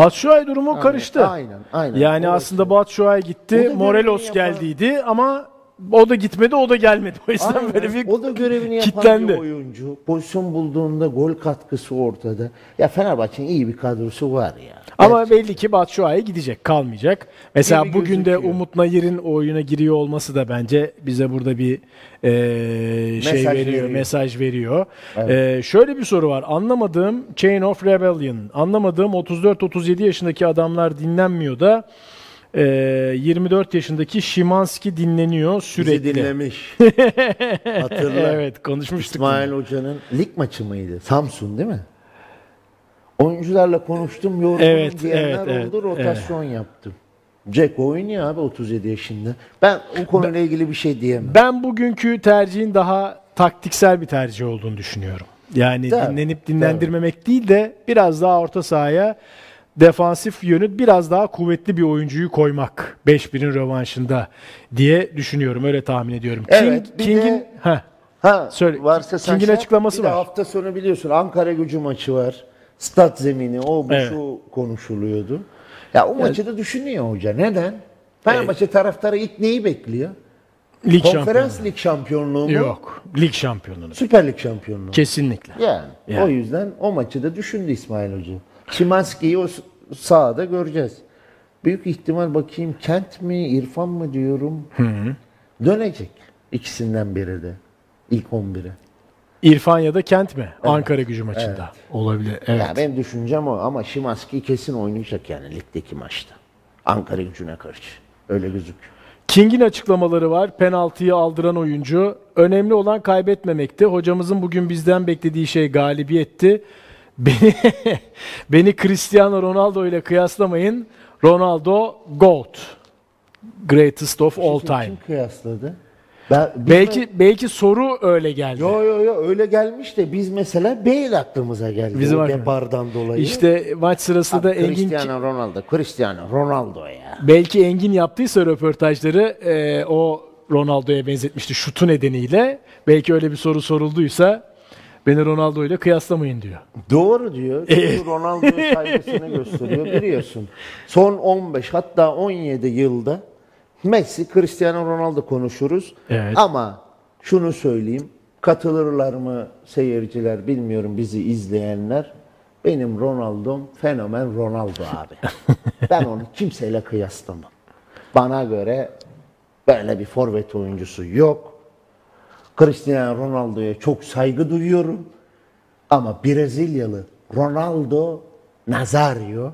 Batshuayi durumu karıştı. Aynen. Yani aslında Batshuayi gitti. Morelos geldiydi ama o da gitmedi, o da gelmedi. O yüzden Aynen. böyle bir O da görevini yapan kitlendi. bir oyuncu. Pozisyon bulduğunda gol katkısı ortada. Ya Fenerbahçe'nin iyi bir kadrosu var ya. Ama belli ki Batshuayi gidecek, kalmayacak. Mesela Gibi bugün de gözüküyor. Umut Nayir'in oyuna giriyor olması da bence bize burada bir şey veriyor, mesaj veriyor. Şöyle bir soru var. Anlamadığım Chain of Rebellion. Anlamadığım 34-37 yaşındaki adamlar dinlenmiyor da 24 yaşındaki Szymanski dinleniyor sürekli. Bizi dinlemiş. Hatırla. Evet, konuşmuştuk. İsmail Hoca'nın lig maçı mıydı? Samsun değil mi? Oyuncularla konuştum, yorgunum Evet, diyenler evet, oldu, rotasyon yaptım. Jack oynuyor abi 37 yaşında. Ben o konuyla ilgili bir şey diyemem. Ben bugünkü tercihin daha taktiksel bir tercih olduğunu düşünüyorum. Yani Tabii, dinlenip dinlendirmemek değil de biraz daha orta sahaya defansif yönü biraz daha kuvvetli bir oyuncuyu koymak 5-1'in rövanşında diye düşünüyorum. Öyle tahmin ediyorum. Evet, bir King'in de- Heh, Ha, Söyle. varsa sen King'in şey yap. açıklaması Bir de var. hafta sonu biliyorsun Ankara Gücü maçı var. Stat zemini, o bu Evet. şu konuşuluyordu. Ya o maçı da düşünüyor hoca. Neden? Fenerbahçe taraftarı ilk neyi bekliyor? lig Konferans şampiyonu. lig şampiyonluğu mu? Yok. Lig şampiyonluğu. Süper Lig şampiyonluğu. Kesinlikle. Yani, o yüzden o maçı da düşündü İsmail Hoca. Szymanski'yi o sahada göreceğiz. Büyük ihtimal bakayım Kent mi, İrfan mı diyorum. Dönecek ikisinden biri de. İlk 11'e. İrfan ya da Kent mi? Ankara Gücü maçında. Olabilir. Evet. Ya benim düşüncem o ama Szymanski kesin oynayacak yani ligdeki maçta. Ankara Gücü'ne karşı. Öyle gözüküyor. King'in açıklamaları var. Penaltıyı aldıran oyuncu. Önemli olan kaybetmemekti. Hocamızın bugün bizden beklediği şey galibiyetti. Beni Cristiano Ronaldo ile kıyaslamayın. Ronaldo GOAT. Greatest of all time. Kim kıyasladı? Belki soru öyle geldi. Yo öyle gelmiş de biz mesela Bale aklımıza geldi. Bizim o aklımıza. depardan dolayı. İşte maç sırasında da Engin Cristiano Ronaldo ya. belki Engin yaptıysa röportajları o Ronaldo'ya benzetmişti şutu nedeniyle. Belki öyle bir soru sorulduysa beni Ronaldo ile kıyaslamayın diyor. Doğru diyor. Çünkü Ronaldo'ya saygısını gösteriyor biliyorsun. Son 15 hatta 17 yılda Messi, Cristiano Ronaldo konuşuruz. Evet. Ama şunu söyleyeyim. Katılırlar mı seyirciler bilmiyorum bizi izleyenler. Benim Ronaldo'm fenomen Ronaldo abi. Ben onu kimseyle kıyaslamam. Bana göre böyle bir forvet oyuncusu yok. Cristiano Ronaldo'ya çok saygı duyuyorum. Ama Brezilyalı Ronaldo Nazario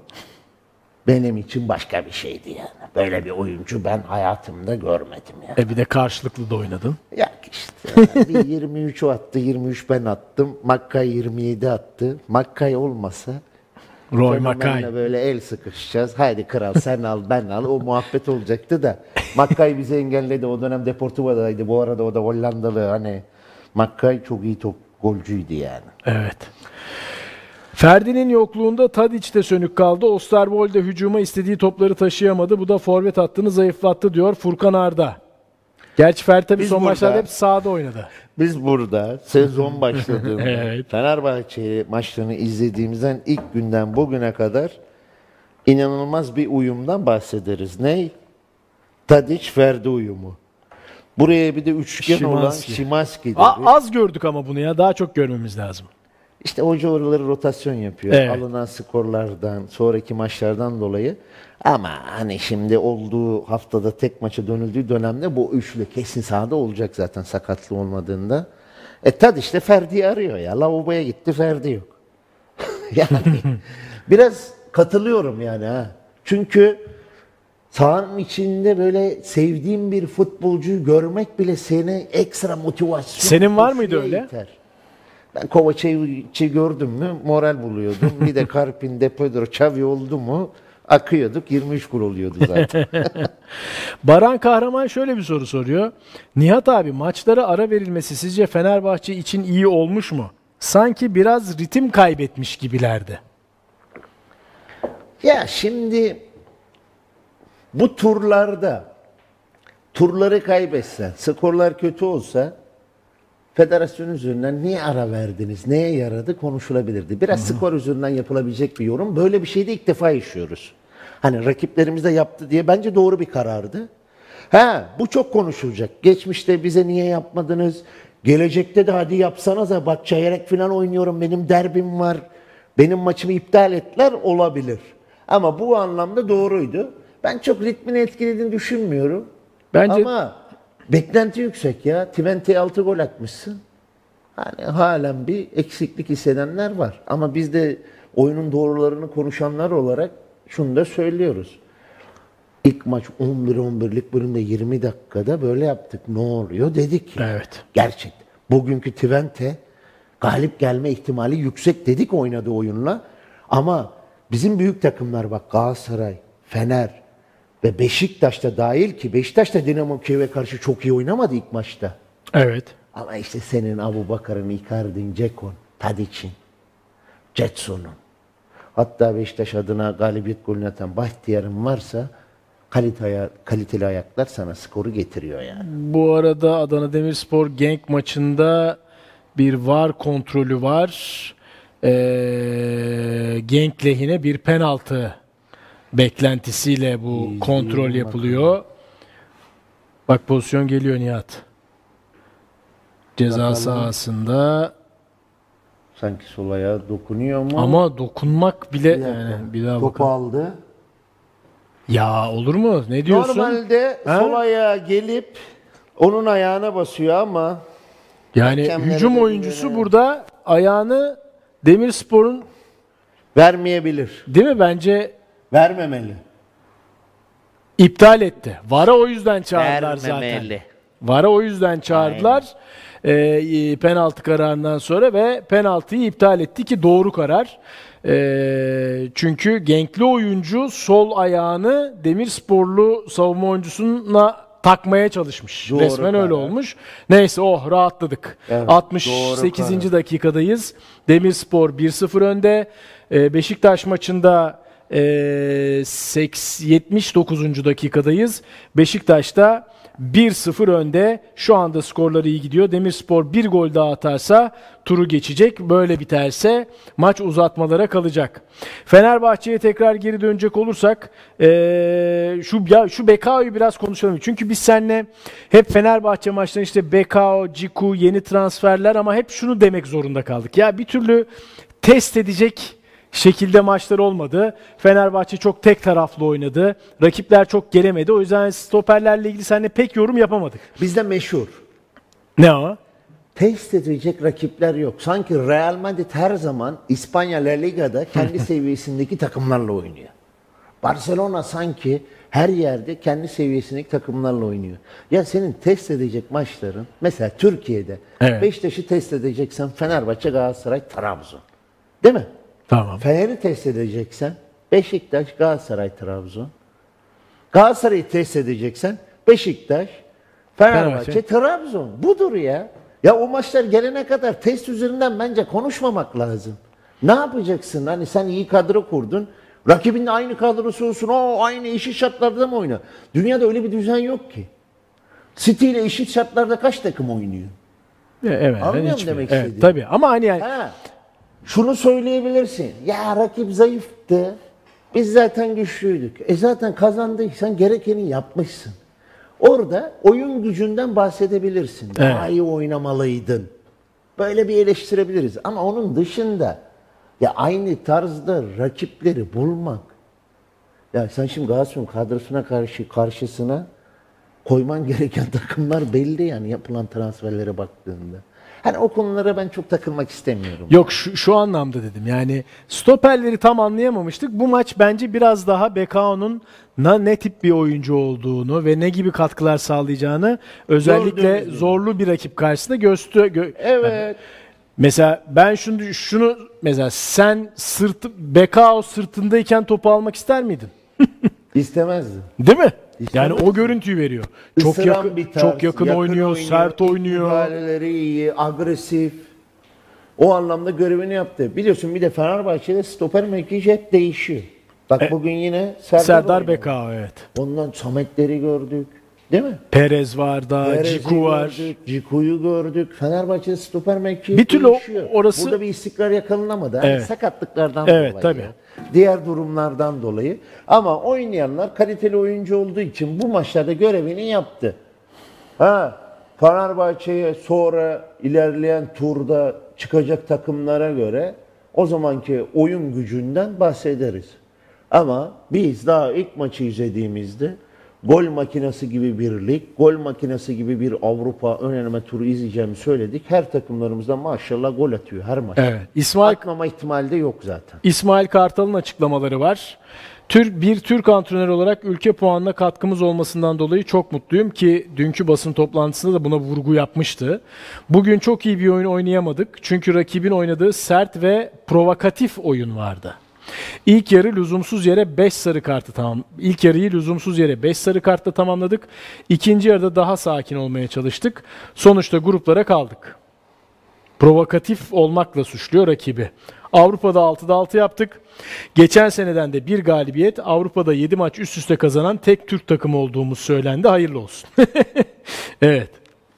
benim için başka bir şeydi yani. Böyle bir oyuncu ben hayatımda görmedim yani. Bir de karşılıklı da oynadın. Ya işte bir 23 o attı, 23 ben attım. Makkay 27 attı. Makkay olmasa Roy fenomenle Mackay. böyle el sıkışacağız. Haydi kral sen al ben al. O muhabbet olacaktı da. Makkay bizi engelledi. O dönem Deportivo'daydı. Bu arada o da Hollandalı. Hani Makkay çok iyi golcüydü yani. Evet. Ferdi'nin yokluğunda Tadic de sönük kaldı. Osterwolde hücuma istediği topları taşıyamadı. Bu da forvet hattını zayıflattı diyor Furkan Arda. Gerçi Ferdi tabii Biz son burada- maçlarda hep sahada oynadı. Biz burada sezon başladığında Evet. Fenerbahçe maçlarını izlediğimizden ilk günden bugüne kadar inanılmaz bir uyumdan bahsederiz. Ney? Tadic-Ferdi uyumu. Buraya bir de üçgen olan Szymanski. Szymanski dedi. Az gördük ama bunu ya. Daha çok görmemiz lazım. İşte hoca oraları rotasyon yapıyor. Evet. Alınan skorlardan, sonraki maçlardan dolayı. Ama hani şimdi olduğu haftada tek maça dönüldüğü dönemde bu üçlü kesin sahada olacak zaten sakatlığı olmadığında. Tadic de Ferdi'yi arıyor ya. Lavaboya gitti Ferdi yok. Yani biraz katılıyorum yani ha. Çünkü sahanın içinde böyle sevdiğim bir futbolcuyu görmek bile seni ekstra motivasyon. Senin var mıydı koşuya öyle? iter. Ben Kovacevic'i gördüm mü moral buluyordum. Bir de Karpin, De Pedro, Xavi oldu mu akıyorduk. 23 gol oluyordu zaten. Baran Kahraman şöyle bir soru soruyor. Nihat abi maçlara ara verilmesi sizce Fenerbahçe için iyi olmuş mu? Sanki biraz ritim kaybetmiş gibilerdi. Ya şimdi bu turları kaybetsen, skorlar kötü olsa federasyon üzerinden niye ara verdiniz, neye yaradı konuşulabilirdi. Biraz skor üzerinden yapılabilecek bir yorum. Böyle bir şeyi de ilk defa yaşıyoruz. Hani rakiplerimiz de yaptı diye bence doğru bir karardı. Bu çok konuşulacak. Geçmişte bize niye yapmadınız? Gelecekte de hadi yapsanıza, bak çeyrek final oynuyorum, benim derbim var. Benim maçımı iptal ettiler, olabilir. Ama bu anlamda doğruydu. Ben çok ritmini etkilediğini düşünmüyorum. Bence Ama beklenti yüksek ya. Twente'ye 6 gol atmışsın. Hani halen bir eksiklik hissedenler var. Ama biz de oyunun doğrularını konuşanlar olarak şunu da söylüyoruz. İlk maç 11-11'lik bölümde 20 dakikada böyle yaptık. Ne oluyor dedik. evet. Gerçekten. Bugünkü Twente galip gelme ihtimali yüksek dedik oynadığı oyunla. Ama bizim büyük takımlar bak, Galatasaray, Fener ve Beşiktaş da dahil, ki Beşiktaş da Dinamo Kiev'e karşı çok iyi oynamadı ilk maçta. Evet. Ama işte senin Abubakar'ın, Icardi'nin, Cekon, Tadic'in, Jetson'un, hatta Beşiktaş adına galibiyet golünü atan Bahtiyar'ın varsa kaliteli ayaklar sana skoru getiriyor yani. Bu arada Adana Demirspor Genk maçında bir VAR kontrolü var. Genk lehine bir penaltı beklentisiyle bu kontrol yapılıyor. Bak pozisyon geliyor Nihat. Ceza Bakalım. sahasında Sanki sol ayağa dokunuyor mu? ama dokunmak bile Bir dakika. yani bir daha Topu bakalım. aldı. Ya olur mu? Ne diyorsun? Normalde Ha? sol ayağa gelip onun ayağına basıyor ama Yani hakemlere hücum de oyuncusu güvenelim. burada ayağını Demirspor'un, vermeyebilir. değil mi? Bence Vermemeli. iptal etti. VAR'a o yüzden çağırdılar zaten. Vermemeli. VAR'a o yüzden çağırdılar. Penaltı kararından sonra ve penaltıyı iptal etti ki doğru karar. Çünkü Genkli oyuncu sol ayağını Demirsporlu savunma oyuncusuna takmaya çalışmış. Doğru Resmen öyle karar. olmuş. Neyse rahatladık. Evet, 68. doğru karar. dakikadayız. Demirspor 1-0 önde. Beşiktaş maçında 79. dakikadayız. Beşiktaş'ta 1-0 önde. Şu anda skorları iyi gidiyor. Demirspor bir gol daha atarsa turu geçecek. Böyle biterse maç uzatmalara kalacak. Fenerbahçe'ye tekrar geri dönecek olursak şu Bekao'yu biraz konuşalım. Çünkü biz seninle hep Fenerbahçe maçlarında işte Bekao, Ciku, yeni transferler ama hep şunu demek zorunda kaldık. Ya bir türlü test edecek şekilde maçlar olmadı. Fenerbahçe çok tek taraflı oynadı. Rakipler çok gelemedi. O yüzden stoperlerle ilgili seninle pek yorum yapamadık. Bizde meşhur. Ne o? Test edecek rakipler yok. Sanki Real Madrid her zaman İspanya La Liga'da kendi seviyesindeki takımlarla oynuyor. Barcelona sanki her yerde kendi seviyesindeki takımlarla oynuyor. Ya senin test edecek maçların, mesela Türkiye'de Evet. Beşiktaş'ı test edeceksen Fenerbahçe, Galatasaray, Trabzon. Değil mi? Tamam. Fener'i test edeceksen Beşiktaş, Galatasaray, Trabzon. Galatasaray'ı test edeceksen Beşiktaş, Fenerbahçe, Trabzon. Budur ya. Ya o maçlar gelene kadar test üzerinden bence konuşmamak lazım. Ne yapacaksın? Hani sen iyi kadro kurdun. Rakibin de aynı kadrosu olsun. O aynı eşit şartlarda mı oyna? Dünyada öyle bir düzen yok ki. City ile eşit şartlarda kaç takım oynuyor? Evet. Anlıyor musun hiçbir- demek evet, istediğimi? tabii ama hani yani Ha, şunu söyleyebilirsin. Ya rakip zayıftı. Biz zaten güçlüydük. Zaten kazandıysan gerekeni yapmışsın. Orada oyun gücünden bahsedebilirsin. Daha iyi oynamalıydın. Böyle bir eleştirebiliriz. Ama onun dışında ya aynı tarzda rakipleri bulmak. Ya sen şimdi Galatasaray'ın kadrosuna karşısına koyman gereken takımlar belli yani yapılan transferlere baktığında. Hani o konulara ben çok takılmak istemiyorum. yok şu anlamda dedim. Yani stoperleri tam anlayamamıştık. Bu maç bence biraz daha Bekao'nun ne tip bir oyuncu olduğunu ve ne gibi katkılar sağlayacağını özellikle Gördüğümüz gibi. zorlu bir rakip karşısında Evet. Mesela ben şunu mesela sen Bekao sırtındayken topu almak ister miydin? İstemezdim. Değil mi? Yani İstemezdim. o görüntüyü veriyor. Çok Isıran yakın, bir tarz, çok yakın oynuyor, sert ilk oynuyor. müdahaleleri iyi, agresif. O anlamda görevini yaptı. Biliyorsun bir de Fenerbahçe'de stoper mevkisi hep değişiyor. Bak bugün yine Serdar oynadı. Bekao evet. Ondan Sametleri gördük. Değil mi? Perez var da, Perez'i Ciku var. gördük, Ciku'yu gördük. Fenerbahçe'nin stoper mevkii Bir türlü değişiyor. orası- Burada bir istikrar yakalanamadı. Hani Evet. sakatlıklardan Evet, dolayı. tabii. Diğer durumlardan dolayı. Ama oynayanlar kaliteli oyuncu olduğu için bu maçlarda görevini yaptı. Fenerbahçe'ye sonra ilerleyen turda çıkacak takımlara göre o zamanki oyun gücünden bahsederiz. Ama biz daha ilk maçı izlediğimizde gol makinesi gibi bir lig, gol makinesi gibi bir Avrupa ön eleme turu izleyeceğimi söyledik. Her takımlarımızda maşallah gol atıyor her maç. Evet. İsmail Atmama ihtimali de yok zaten. İsmail Kartal'ın açıklamaları var. Bir Türk antrenör olarak ülke puanına katkımız olmasından dolayı çok mutluyum ki dünkü basın toplantısında da buna vurgu yapmıştı. Bugün çok iyi bir oyun oynayamadık çünkü rakibin oynadığı sert ve provokatif oyun vardı. İlk yarı lüzumsuz yere 5 sarı kartı İlk yarıyı lüzumsuz yere 5 sarı kartla tamamladık. İkinci yarıda daha sakin olmaya çalıştık. Sonuçta gruplara kaldık. Provokatif olmakla suçluyor rakibi. Avrupa'da 6'da 6 yaptık. Geçen seneden de bir galibiyet, Avrupa'da 7 maç üst üste kazanan tek Türk takımı olduğumuz söylendi. Hayırlı olsun. Evet.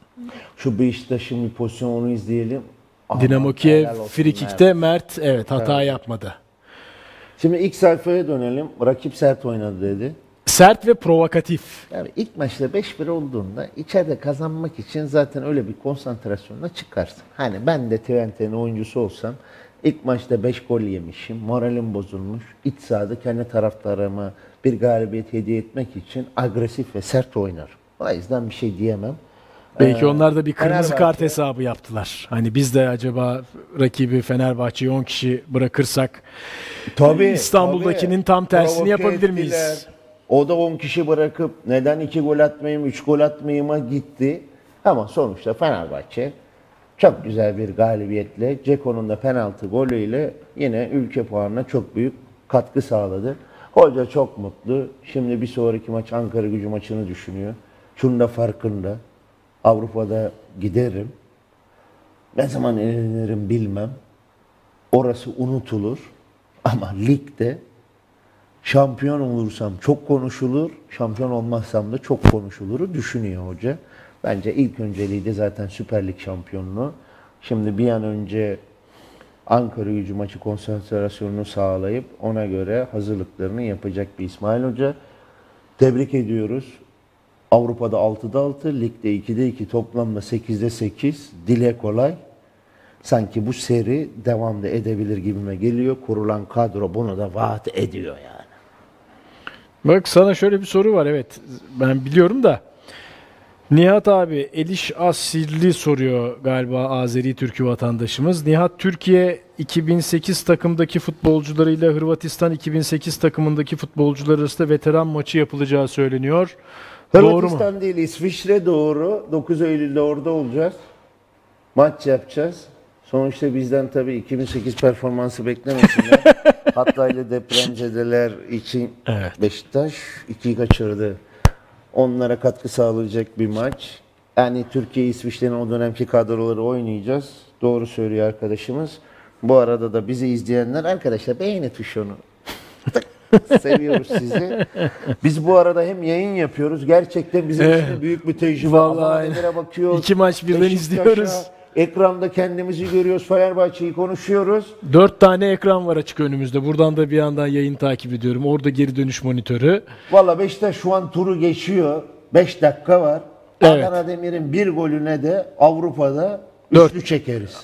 Şu Beşiktaş'ın bir pozisyonunu izleyelim. Dinamo Aman, Kiev helal olsun frikikte Mert hata yapmadı. Şimdi ilk sayfaya dönelim. Rakip sert oynadı dedi. Sert ve provokatif. Yani ilk maçta 5-1 olduğunda içeride kazanmak için zaten öyle bir konsantrasyonla çıkarsın. Hani ben de Twente'nin oyuncusu olsam ilk maçta 5 gol yemişim, moralim bozulmuş. İç sahada kendi taraftarıma bir galibiyet hediye etmek için agresif ve sert oynarım. O yüzden bir şey diyemem. Belki onlar da bir kırmızı Fenerbahçe- kart hesabı yaptılar. Hani biz de acaba rakibi Fenerbahçe'yi 10 kişi bırakırsak İstanbul'dakinin tam tersini Provoke yapabilir ettiler. miyiz? O da 10 kişi bırakıp neden 2 gol atmayayım, 3 gol atmayayım'a gitti. Ama sonuçta Fenerbahçe çok güzel bir galibiyetle, Ceko'nun da penaltı golüyle yine ülke puanına çok büyük katkı sağladı. Hoca çok mutlu. Şimdi bir sonraki maç Ankaragücü maçını düşünüyor. Şunun da farkında. Avrupa'da giderim. Ne zaman eğlenirim bilmem. Orası unutulur. Ama ligde şampiyon olursam çok konuşulur, şampiyon olmazsam da çok konuşuluru düşünüyor hoca. Bence ilk önceliği de zaten Süper Lig şampiyonluğu. Şimdi bir an önce Ankaragücü maçı konsantrasyonunu sağlayıp ona göre hazırlıklarını yapacak bir İsmail Hoca. Tebrik ediyoruz. Avrupa'da 6'da 6, ligde 2'de 2, toplamda 8'de 8. Dile kolay. Sanki bu seri devam da edebilir gibime geliyor. Kurulan kadro bunu da vaat ediyor yani. Bak sana şöyle bir soru var, evet ben biliyorum da. Nihat abi, Eliş Asirli soruyor galiba, Azeri Türk'ü vatandaşımız. Nihat, Türkiye 2008 takımdaki futbolcularıyla Hırvatistan 2008 takımındaki futbolcular arasında veteran maçı yapılacağı söyleniyor. Doğru mu? Hırvatistan değil, İsviçre doğru. 9 Eylül'de orada olacağız. Maç yapacağız. Sonuçta bizden tabii 2008 performansı beklemesinler. Hataylı depremzedeler için Evet. Beşiktaş 2'yi kaçırdı. Onlara katkı sağlayacak bir maç. Yani Türkiye, İsviçre'nin o dönemki kadroları oynayacağız. Doğru söylüyor arkadaşımız. Bu arada da bizi izleyenler, arkadaşlar beğeni tuşunu. Seviyoruz sizi. Biz bu arada hem yayın yapıyoruz. Gerçekten bizim için de büyük bir tecrübe. Vallahi Adana bakıyoruz. 2 maç birden Beşiktaş'a, izliyoruz. Ekranda kendimizi görüyoruz. Fenerbahçe'yi konuşuyoruz. 4 tane ekran var açık önümüzde. Buradan da bir yandan yayın takip ediyorum. Orada geri dönüş monitörü. Valla Beşiktaş şu an turu geçiyor. 5 dakika var. Evet. Adana Demir'in bir golüne de Avrupa'da Dört. üçlü çekeriz.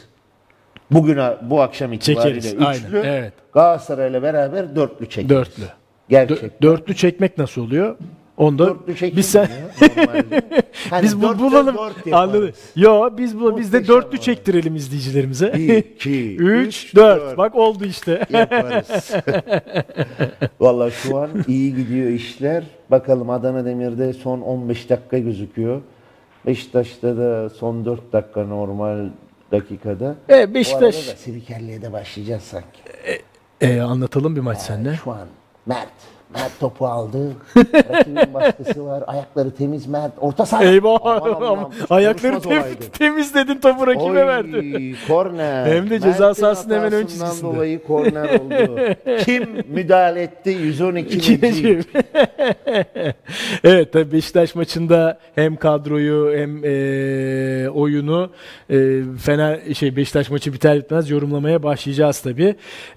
Bu akşam itibariyle Çekeriz, üçlü. aynen, evet. Galatasaray'la beraber dörtlü çekeriz. Dörtlü. Gerçekten. Dörtlü çekmek nasıl oluyor? Onda Dörtlü çekilmiyor biz sen normalde. Hani biz bu dörtte bulalım. dört yaparız. Anladım. Yo biz de Muhteşem dörtlü abi. çektirelim izleyicilerimize. 2, 3 4. Bak oldu işte. yaparız. Vallahi şu an iyi gidiyor işler. Bakalım Adana Demir'de son 15 dakika gözüküyor. Beşiktaş'ta da son 4 dakika normal dakikada. Beşiktaş. Bu arada da Sirikelli'ye de başlayacağız sanki. Anlatalım bir maç seninle. Şu an Mert Mert topu aldı. Rakibin baskısı var. Ayakları temiz Mert. Orta saha. Eyvah. Aman Allah'ım, Ayakları konuşmaz olaydı. temizledin, topu rakibe verdi. Korner. Hem de ceza sahasının hemen ön hatasından çizgisinde. dolayı korner oldu. Kim müdahale etti? 112 Necip. Evet, tabii Beşiktaş maçında hem kadroyu hem oyunu Beşiktaş maçı biter bitmez yorumlamaya başlayacağız tabii.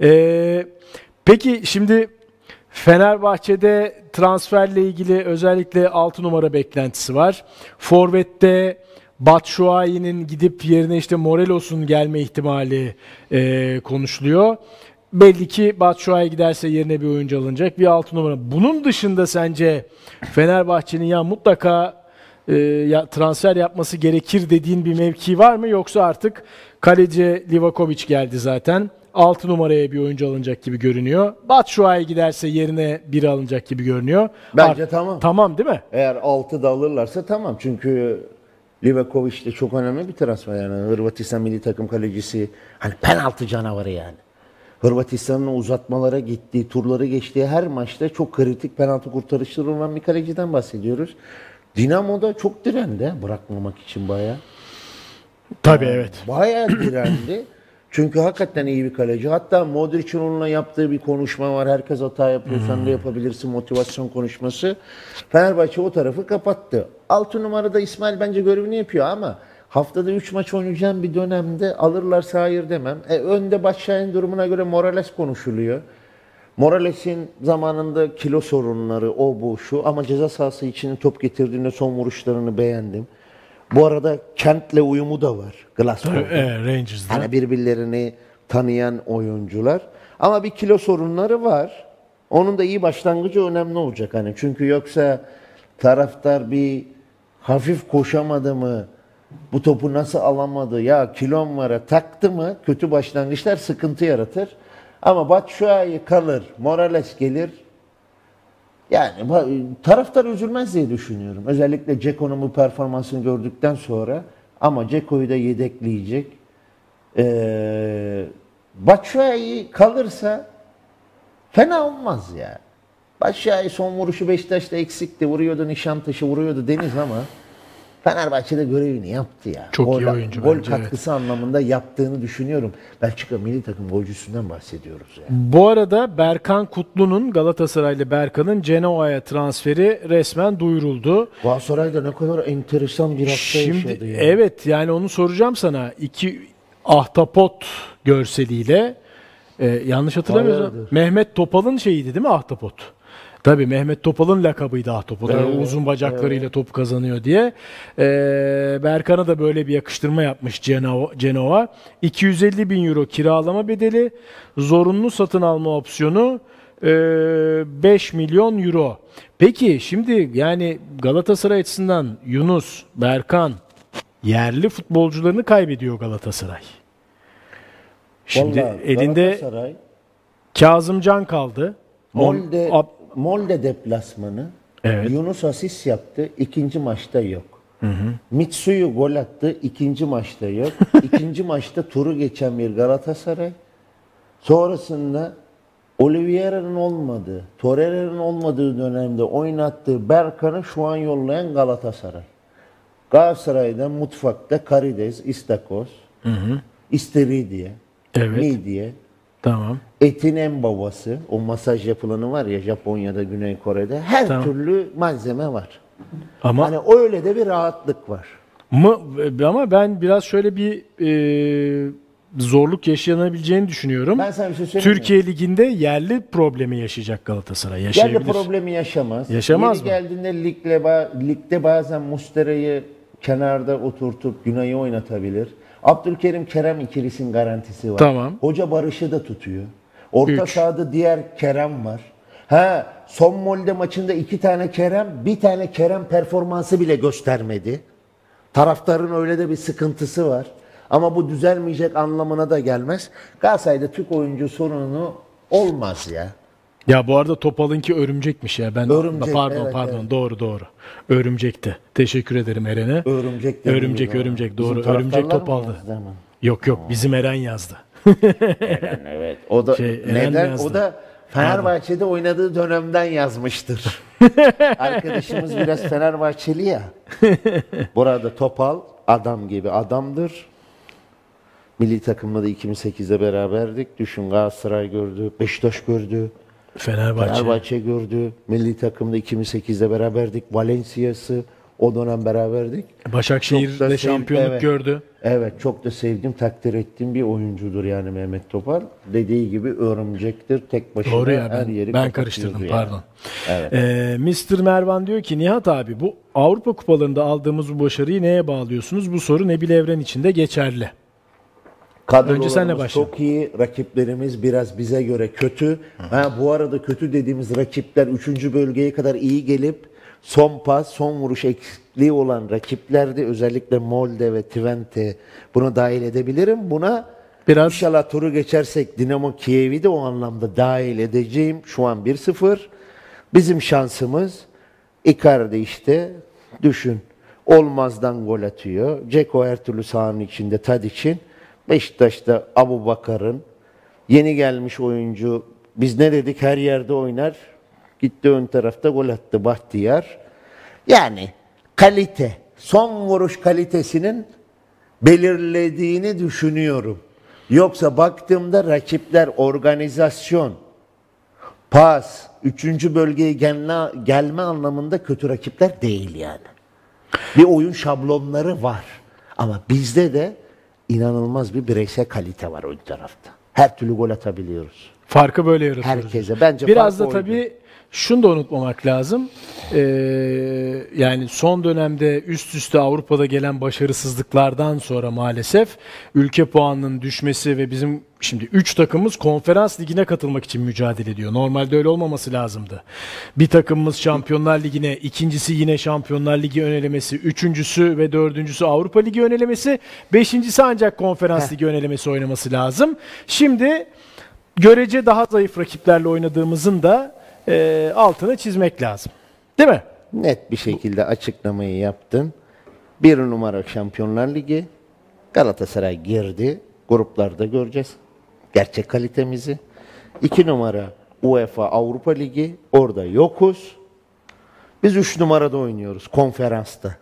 Peki şimdi Fenerbahçe'de transferle ilgili özellikle 6 numara beklentisi var. Forvet'te Batshuayi'nin gidip yerine işte Morelos'un gelme ihtimali konuşuluyor. Belli ki Batshuayi giderse yerine bir oyuncu alınacak. Bir 6 numara. Bunun dışında sence Fenerbahçe'nin ya mutlaka transfer yapması gerekir dediğin bir mevki var mı? Yoksa artık kaleci Livakovic geldi zaten. 6 numaraya bir oyuncu alınacak gibi görünüyor. Batshuayi giderse yerine biri alınacak gibi görünüyor. Bence tamam. Tamam değil mi? Eğer 6 da alırlarsa tamam. Çünkü Livakovic de çok önemli bir transfer yani. Hırvatistan milli takım kalecisi. Hani penaltı canavarı yani. Hırvatistan'ın uzatmalara gittiği, turları geçtiği her maçta çok kritik penaltı kurtarışları olan bir kaleciden bahsediyoruz. Dinamo'da çok direndi bırakmamak için bayağı. Tabii evet. Bayağı direndi. Çünkü hakikaten iyi bir kaleci. Hatta Modric'in onunla yaptığı bir konuşma var. Herkes hata yapıyor, sen de yapabilirsin motivasyon konuşması. Fenerbahçe o tarafı kapattı. 6 numarada İsmail bence görevini yapıyor ama haftada 3 maç oynayacağım bir dönemde alırlarsa hayır demem. Önde Başakşehir'in durumuna göre Morales konuşuluyor. Morales'in zamanında kilo sorunları, o bu şu ama ceza sahası için top getirdiğinde son vuruşlarını beğendim. Bu arada Kent'le uyumu da var Glasgow'da. Rangers'da. Hani birbirlerini tanıyan oyuncular. Ama bir kilo sorunları var. Onun da iyi başlangıcı önemli olacak hani. Çünkü yoksa taraftar bir hafif koşamadı mı, bu topu nasıl alamadı, ya kilom vara taktı mı kötü başlangıçlar sıkıntı yaratır. Ama Batshuayi kalır, Morales gelir. Yani taraftar üzülmez diye düşünüyorum. Özellikle Ceko'nun bu performansını gördükten sonra. Ama Ceko'yu da yedekleyecek. Batshuayi kalırsa fena olmaz ya. Batshuayi son vuruşu Beşiktaş'ta eksikti. Vuruyordu Nişantaşı, vuruyordu Deniz ama Fenerbahçe'de görevini yaptı ya. Çok iyi oyuncu gol bence, katkısı anlamında yaptığını düşünüyorum. Belçika milli takım golcüsünden bahsediyoruz yani. Bu arada Berkan Kutlu'nun Galatasaraylı Berkan'ın Genoa'ya transferi resmen duyuruldu. Galatasaray'da ne kadar enteresan bir hafta yaşadı ya. Evet yani onu soracağım sana. 2 ahtapot görseliyle yanlış hatırlamıyorsam Hayırdır? Mehmet Topal'ın şeyiydi değil mi ahtapot? Tabii Mehmet Topal'ın lakabıydı ahtapot. Evet, Uzun bacaklarıyla top kazanıyor diye. Berkan'a da böyle bir yakıştırma yapmış Genoa. 250 bin euro kiralama bedeli, zorunlu satın alma opsiyonu 5 milyon euro. Peki şimdi yani Galatasaray açısından Yunus, Berkan yerli futbolcularını kaybediyor Galatasaray. Şimdi Vallahi elinde Galatasaray Kazımcan kaldı. Molde deplasmanı. Evet. Yunus asist yaptı. İkinci maçta yok. Mitsuyu gol attı. İkinci maçta yok. İkinci maçta turu geçen bir Galatasaray. Sonrasında Oliveira'nın olmadığı, Torreira'nın olmadığı dönemde oynattığı Berkan'ı şu an yollayan Galatasaray. Galatasaray'da mutfakta karides, istakoz, istiridye, Evet. midye, Tamam. etin en babası, o masaj yapılanı var ya Japonya'da, Güney Kore'de her Tamam. türlü malzeme var. Ama Hani öyle de bir rahatlık var. ama ben biraz şöyle bir zorluk yaşanabileceğini düşünüyorum. Ben sana bir şey söyleyeyim mi? Türkiye Ligi'nde yerli problemi yaşayacak Galatasaray. Yerli Yaşayabilir. problemi yaşamaz. Yaşamaz Yeri mı? geldiğinde ligde bazen Mustera'yı kenarda oturtup Günay'ı oynatabilir. Abdülkerim Kerem ikilisinin garantisi var. Tamam. Hoca Barış'ı da tutuyor. Orta 3. sahada diğer Kerem var. Son Molde maçında 2 tane Kerem, bir tane Kerem performansı bile göstermedi. Taraftarın öyle de bir sıkıntısı var. Ama bu düzelmeyecek anlamına da gelmez. Galatasaray'da Türk oyuncu sorunu olmaz ya. Ya bu arada Topal'ınki örümcekmiş ya. Ben Örümcek, pardon evet, pardon evet. doğru. Örümcekti. Teşekkür ederim Eren'e. Örümcek dediğimiz Örümcek zaman. doğru. Bizim Örümcek taraftarlar mı Topal'dı. yazdı hemen? Yok bizim Eren yazdı. Evet. O da Eren neden? yazdı. O da Fenerbahçe'de oynadığı dönemden yazmıştır. Arkadaşımız biraz Fenerbahçeli ya. Burada Topal adam gibi adamdır. Milli takımla da 2008'de beraberdik. Düşün, Galatasaray gördü, Beşiktaş gördü. Fenerbahçe gördü. Milli takımda 2008'de beraberdik. Valencia'sı o dönem beraberdik. Başakşehir'de şampiyonluk gördü. Evet, çok da sevdiğim, takdir ettiğim bir oyuncudur yani Mehmet Topal. Dediği gibi örümcektir. Tek başına Doğru ya, her yeri ben karıştırdım, yani. pardon. Evet. Mr. Mervan diyor ki Nihat abi, bu Avrupa kupalarında aldığımız bu başarıyı neye bağlıyorsunuz? Bu soru Nebil Evren için de geçerli. Önce senle başla. Çok iyi. Rakiplerimiz biraz bize göre kötü. Bu arada kötü dediğimiz rakipler 3. bölgeye kadar iyi gelip son pas, son vuruş eksikliği olan rakiplerdi. Özellikle Molde ve Twente, buna dahil edebilirim. Buna biraz inşallah turu geçersek Dinamo Kiev'i de o anlamda dahil edeceğim. Şu an 1-0. Bizim şansımız Icardi işte. Düşün. Olmazdan gol atıyor. Dzeko her türlü sahanın içinde, Tadic'in. Beşiktaş'ta Abubakar'ın, yeni gelmiş oyuncu, biz ne dedik, her yerde oynar. Gitti ön tarafta gol attı Bahtiyar. Yani kalite, son vuruş kalitesinin belirlediğini düşünüyorum. Yoksa baktığımda rakipler organizasyon, pas, 3. bölgeye gelme anlamında kötü rakipler değil yani. Bir oyun şablonları var. Ama bizde de inanılmaz bir bireysel kalite var ön tarafta. Her türlü gol atabiliyoruz. Farkı böyle yaratıyoruz. Herkese. Bence biraz da oydu. tabii şunu da unutmamak lazım. Yani son dönemde üst üste Avrupa'da gelen başarısızlıklardan sonra maalesef ülke puanının düşmesi ve bizim şimdi 3 takımımız konferans ligine katılmak için mücadele ediyor. Normalde öyle olmaması lazımdı. Bir takımımız Şampiyonlar Ligi'ne, ikincisi yine Şampiyonlar Ligi ön elemesi, üçüncüsü ve dördüncüsü Avrupa Ligi ön elemesi, beşincisi ancak konferans ligi ön elemesi oynaması lazım. Şimdi görece daha zayıf rakiplerle oynadığımızın da altını çizmek lazım. Değil mi? Net bir şekilde açıklamayı yaptın. 1 numara Şampiyonlar Ligi. Galatasaray girdi. Gruplarda göreceğiz gerçek kalitemizi. 2 numara UEFA Avrupa Ligi. Orada yokuz. Biz 3 numarada oynuyoruz konferansta.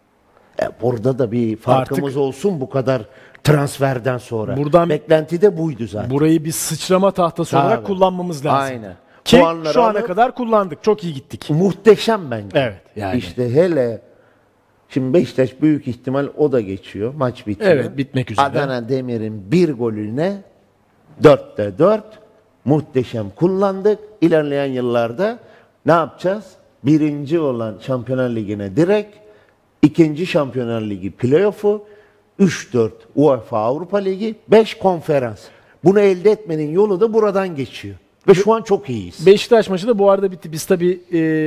Burada da bir farkımız artık olsun bu kadar transferden sonra. Buradan beklenti de buydu zaten. Burayı bir sıçrama tahtası olarak kullanmamız lazım. Aynen. Ki şu ana kadar kullandık. Çok iyi gittik. Muhteşem bence. Evet. Yani. İşte hele şimdi Beşiktaş büyük ihtimal o da geçiyor. Maç bitiyor. Evet, bitmek üzere. Adana Demir'in bir golüne 4'te 4 muhteşem kullandık. İlerleyen yıllarda ne yapacağız? Birinci olan Şampiyonlar Ligi'ne direkt, ikinci Şampiyonlar Ligi playoff'u, 3-4 UEFA Avrupa Ligi, 5 konferans. Bunu elde etmenin yolu da buradan geçiyor. Ve şu an çok iyiyiz. Beşiktaş maçı da bu arada bitti. Biz tabii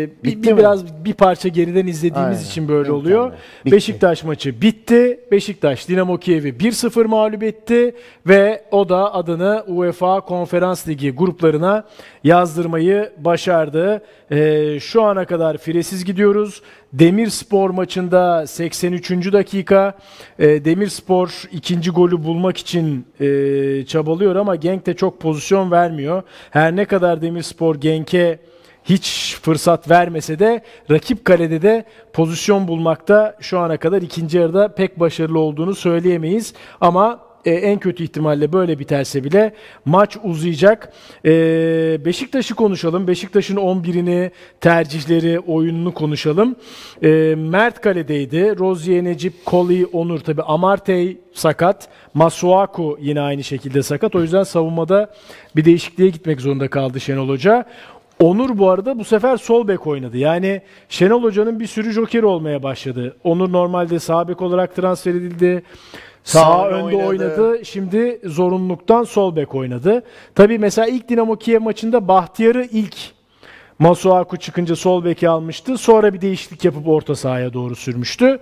biraz bir parça geriden izlediğimiz için böyle oluyor. Beşiktaş maçı bitti. Beşiktaş Dinamo Kiev'i 1-0 mağlup etti ve o da adını UEFA Konferans Ligi gruplarına yazdırmayı başardı. Şu ana kadar firesiz gidiyoruz. Demirspor maçında 83. dakika. Demirspor ikinci golü bulmak için çabalıyor ama Genk de çok pozisyon vermiyor. Her ne kadar Demirspor Genk'e hiç fırsat vermese de rakip kalede de pozisyon bulmakta şu ana kadar ikinci yarıda pek başarılı olduğunu söyleyemeyiz. Ama en kötü ihtimalle böyle biterse bile maç uzayacak. Beşiktaş'ı konuşalım. Beşiktaş'ın 11'ini, tercihleri, oyununu konuşalım. Mert kaledeydi. Rozier, Necip, Koli, Onur. Tabi Amartey sakat. Masuaku yine aynı şekilde sakat. O yüzden savunmada bir değişikliğe gitmek zorunda kaldı Şenol Hoca. Onur bu arada bu sefer sol bek oynadı. Yani Şenol Hoca'nın bir sürü jokeri olmaya başladı. Onur normalde sağ bek olarak transfer edildi. Sağ önde oynadı. Şimdi zorunluluktan sol bek oynadı. Tabii mesela ilk Dinamo Kiev maçında Bahtiyar'ı ilk Masuaku çıkınca sol beki almıştı. Sonra bir değişiklik yapıp orta sahaya doğru sürmüştü.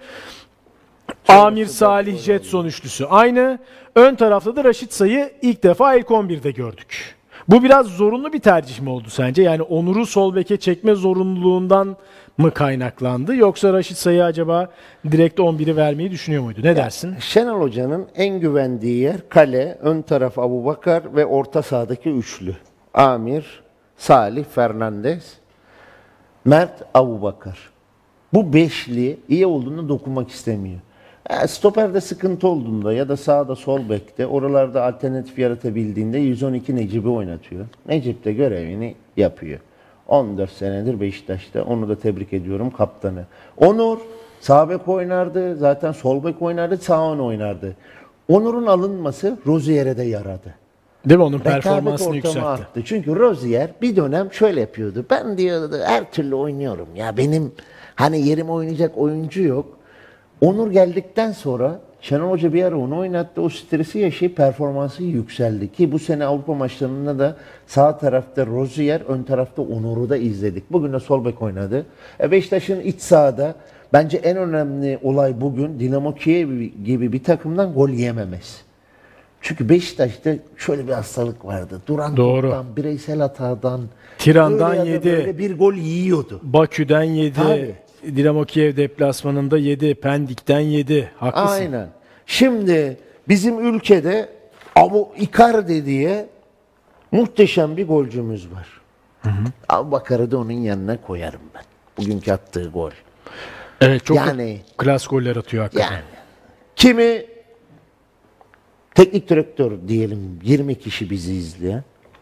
Amir, Salih, Jetson üçlüsü aynı. Ön tarafta da Raşit Say'ı ilk defa ilk 11'de gördük. Bu biraz zorunlu bir tercih mi oldu sence? Yani Onur'u sol beke çekme zorunluluğundan mı kaynaklandı? Yoksa Raşit Say'ı acaba direkt 11'i vermeyi düşünüyor muydu? Ne dersin? Şenol Hoca'nın en güvendiği yer kale, ön taraf Abubakar ve orta sahadaki üçlü. Amir, Salih, Fernandes, Mert, Abubakar. Bu beşli iyi olduğunda dokunmak istemiyor. Stoperde sıkıntı olduğunda ya da sağda sol bekte oralarda alternatif yaratabildiğinde 112 Necip'i oynatıyor. Necip de görevini yapıyor. 14 senedir Beşiktaş'ta. Onu da tebrik ediyorum, kaptanı. Onur sağ bek oynardı. Zaten sol bek oynardı, sağ ön oynardı. Onur'un alınması Rozier'e de yaradı. Değil mi? Onun Rekabet performansını ortamı yükseltti. arttı. Çünkü Rozier bir dönem şöyle yapıyordu. Ben diyordu her türlü oynuyorum. Ya benim hani yerim oynayacak oyuncu yok. Onur geldikten sonra Şenol Hoca bir ara onu oynattı. O stresi yaşayıp performansı yükseldi. Ki bu sene Avrupa maçlarında da sağ tarafta Rozier, ön tarafta Onur'u da izledik. Bugün de sol bek oynadı. Beşiktaş'ın iç sahada bence en önemli olay bugün Dinamo Kiev gibi bir takımdan gol yememesi. Çünkü Beşiktaş'ta şöyle bir hastalık vardı. Duran Doğru. toptan, bireysel hatadan, Tiran'dan öyle ya da yedi. böyle bir gol yiyordu. Bakü'den yedi. Tabii. Dinamo Kiev deplasmanında yedi. Pendik'ten yedi. Haklısın. Aynen. Şimdi bizim ülkede Icardi diye muhteşem bir golcümüz var. Abubakar'ı da onun yanına koyarım ben. Bugünkü attığı gol. Evet, çok Yani- klas goller atıyor hakikaten. Yani kimi teknik direktör diyelim 20 kişi bizi izleyen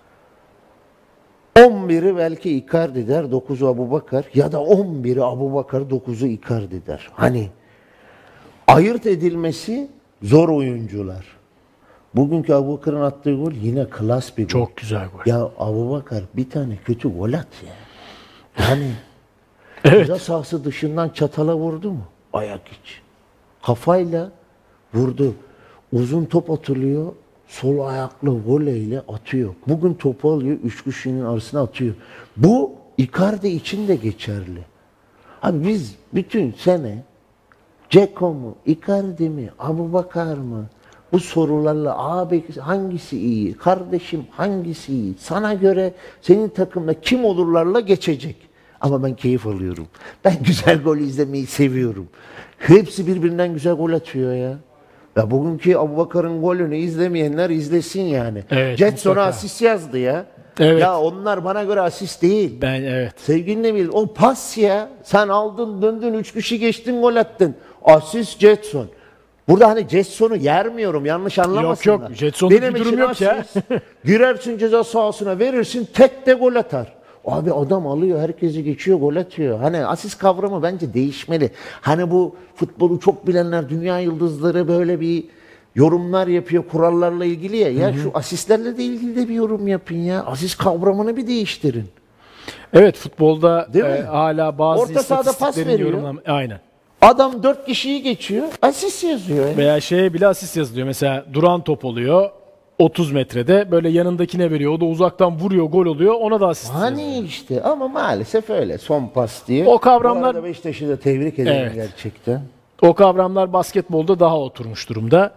11'i belki Icardi der, 9'u Abubakar ya da 11'i Abubakar, 9'u Icardi der. Hani ayırt edilmesi zor oyuncular. Bugünkü Abubakar'ın attığı gol yine klas bir gol. Çok güzel gol. Ya Abubakar bir tane kötü gol at ya. Yani Evet. ceza sahası dışından çatala vurdu mu? Ayak içi. Kafayla vurdu. Uzun top atılıyor. Sol ayakla voleyle atıyor. Bugün topu alıyor. 3 kişinin arasına atıyor. Bu Icardi için de geçerli. Abi biz bütün sene Ceko mu, Icardi mi, Abubakar mı? Bu sorularla abi hangisi iyi, kardeşim hangisi iyi, sana göre senin takımda kim olurlarla geçecek. Ama ben keyif alıyorum. Ben güzel gol izlemeyi seviyorum. Hepsi birbirinden güzel gol atıyor ya. Ya bugünkü Abubakar'ın golünü izlemeyenler izlesin yani. Evet, Jetson'a mutlaka. asist yazdı ya. Evet. Ya onlar bana göre asist değil. Evet. Sevgili Nebil o pas ya. Sen aldın döndün 3 kişi geçtin gol attın. Asist Jetson. Burada hani Jetson'u yermiyorum yanlış anlamasınlar. Yok, Jetson'da bir durum için yok ya. asist, girersin ceza sahasına verirsin tek de gol atar. Abi adam alıyor herkesi geçiyor gol atıyor. Hani asist kavramı bence değişmeli. Hani bu futbolu çok bilenler dünya yıldızları böyle bir yorumlar yapıyor kurallarla ilgili ya. Ya şu asistlerle de ilgili de bir yorum yapın ya. Asist kavramını bir değiştirin. Evet, futbolda Değil mi? hala bazı Orta sahada pas istatistiklerin veriyor. Aynen. Adam 4 kişiyi geçiyor. Asist yazıyor. Ya. Veya şeye bile asist yazılıyor. Mesela duran top oluyor. 30 metrede böyle yanındakine veriyor. O da uzaktan vuruyor, gol oluyor. Ona da asist yazılıyor. Hani işte ama maalesef öyle son pas diye. O kavramlar- Bu arada Beşiktaş'ı da tebrik ederim Evet. gerçekten. O kavramlar basketbolda daha oturmuş durumda.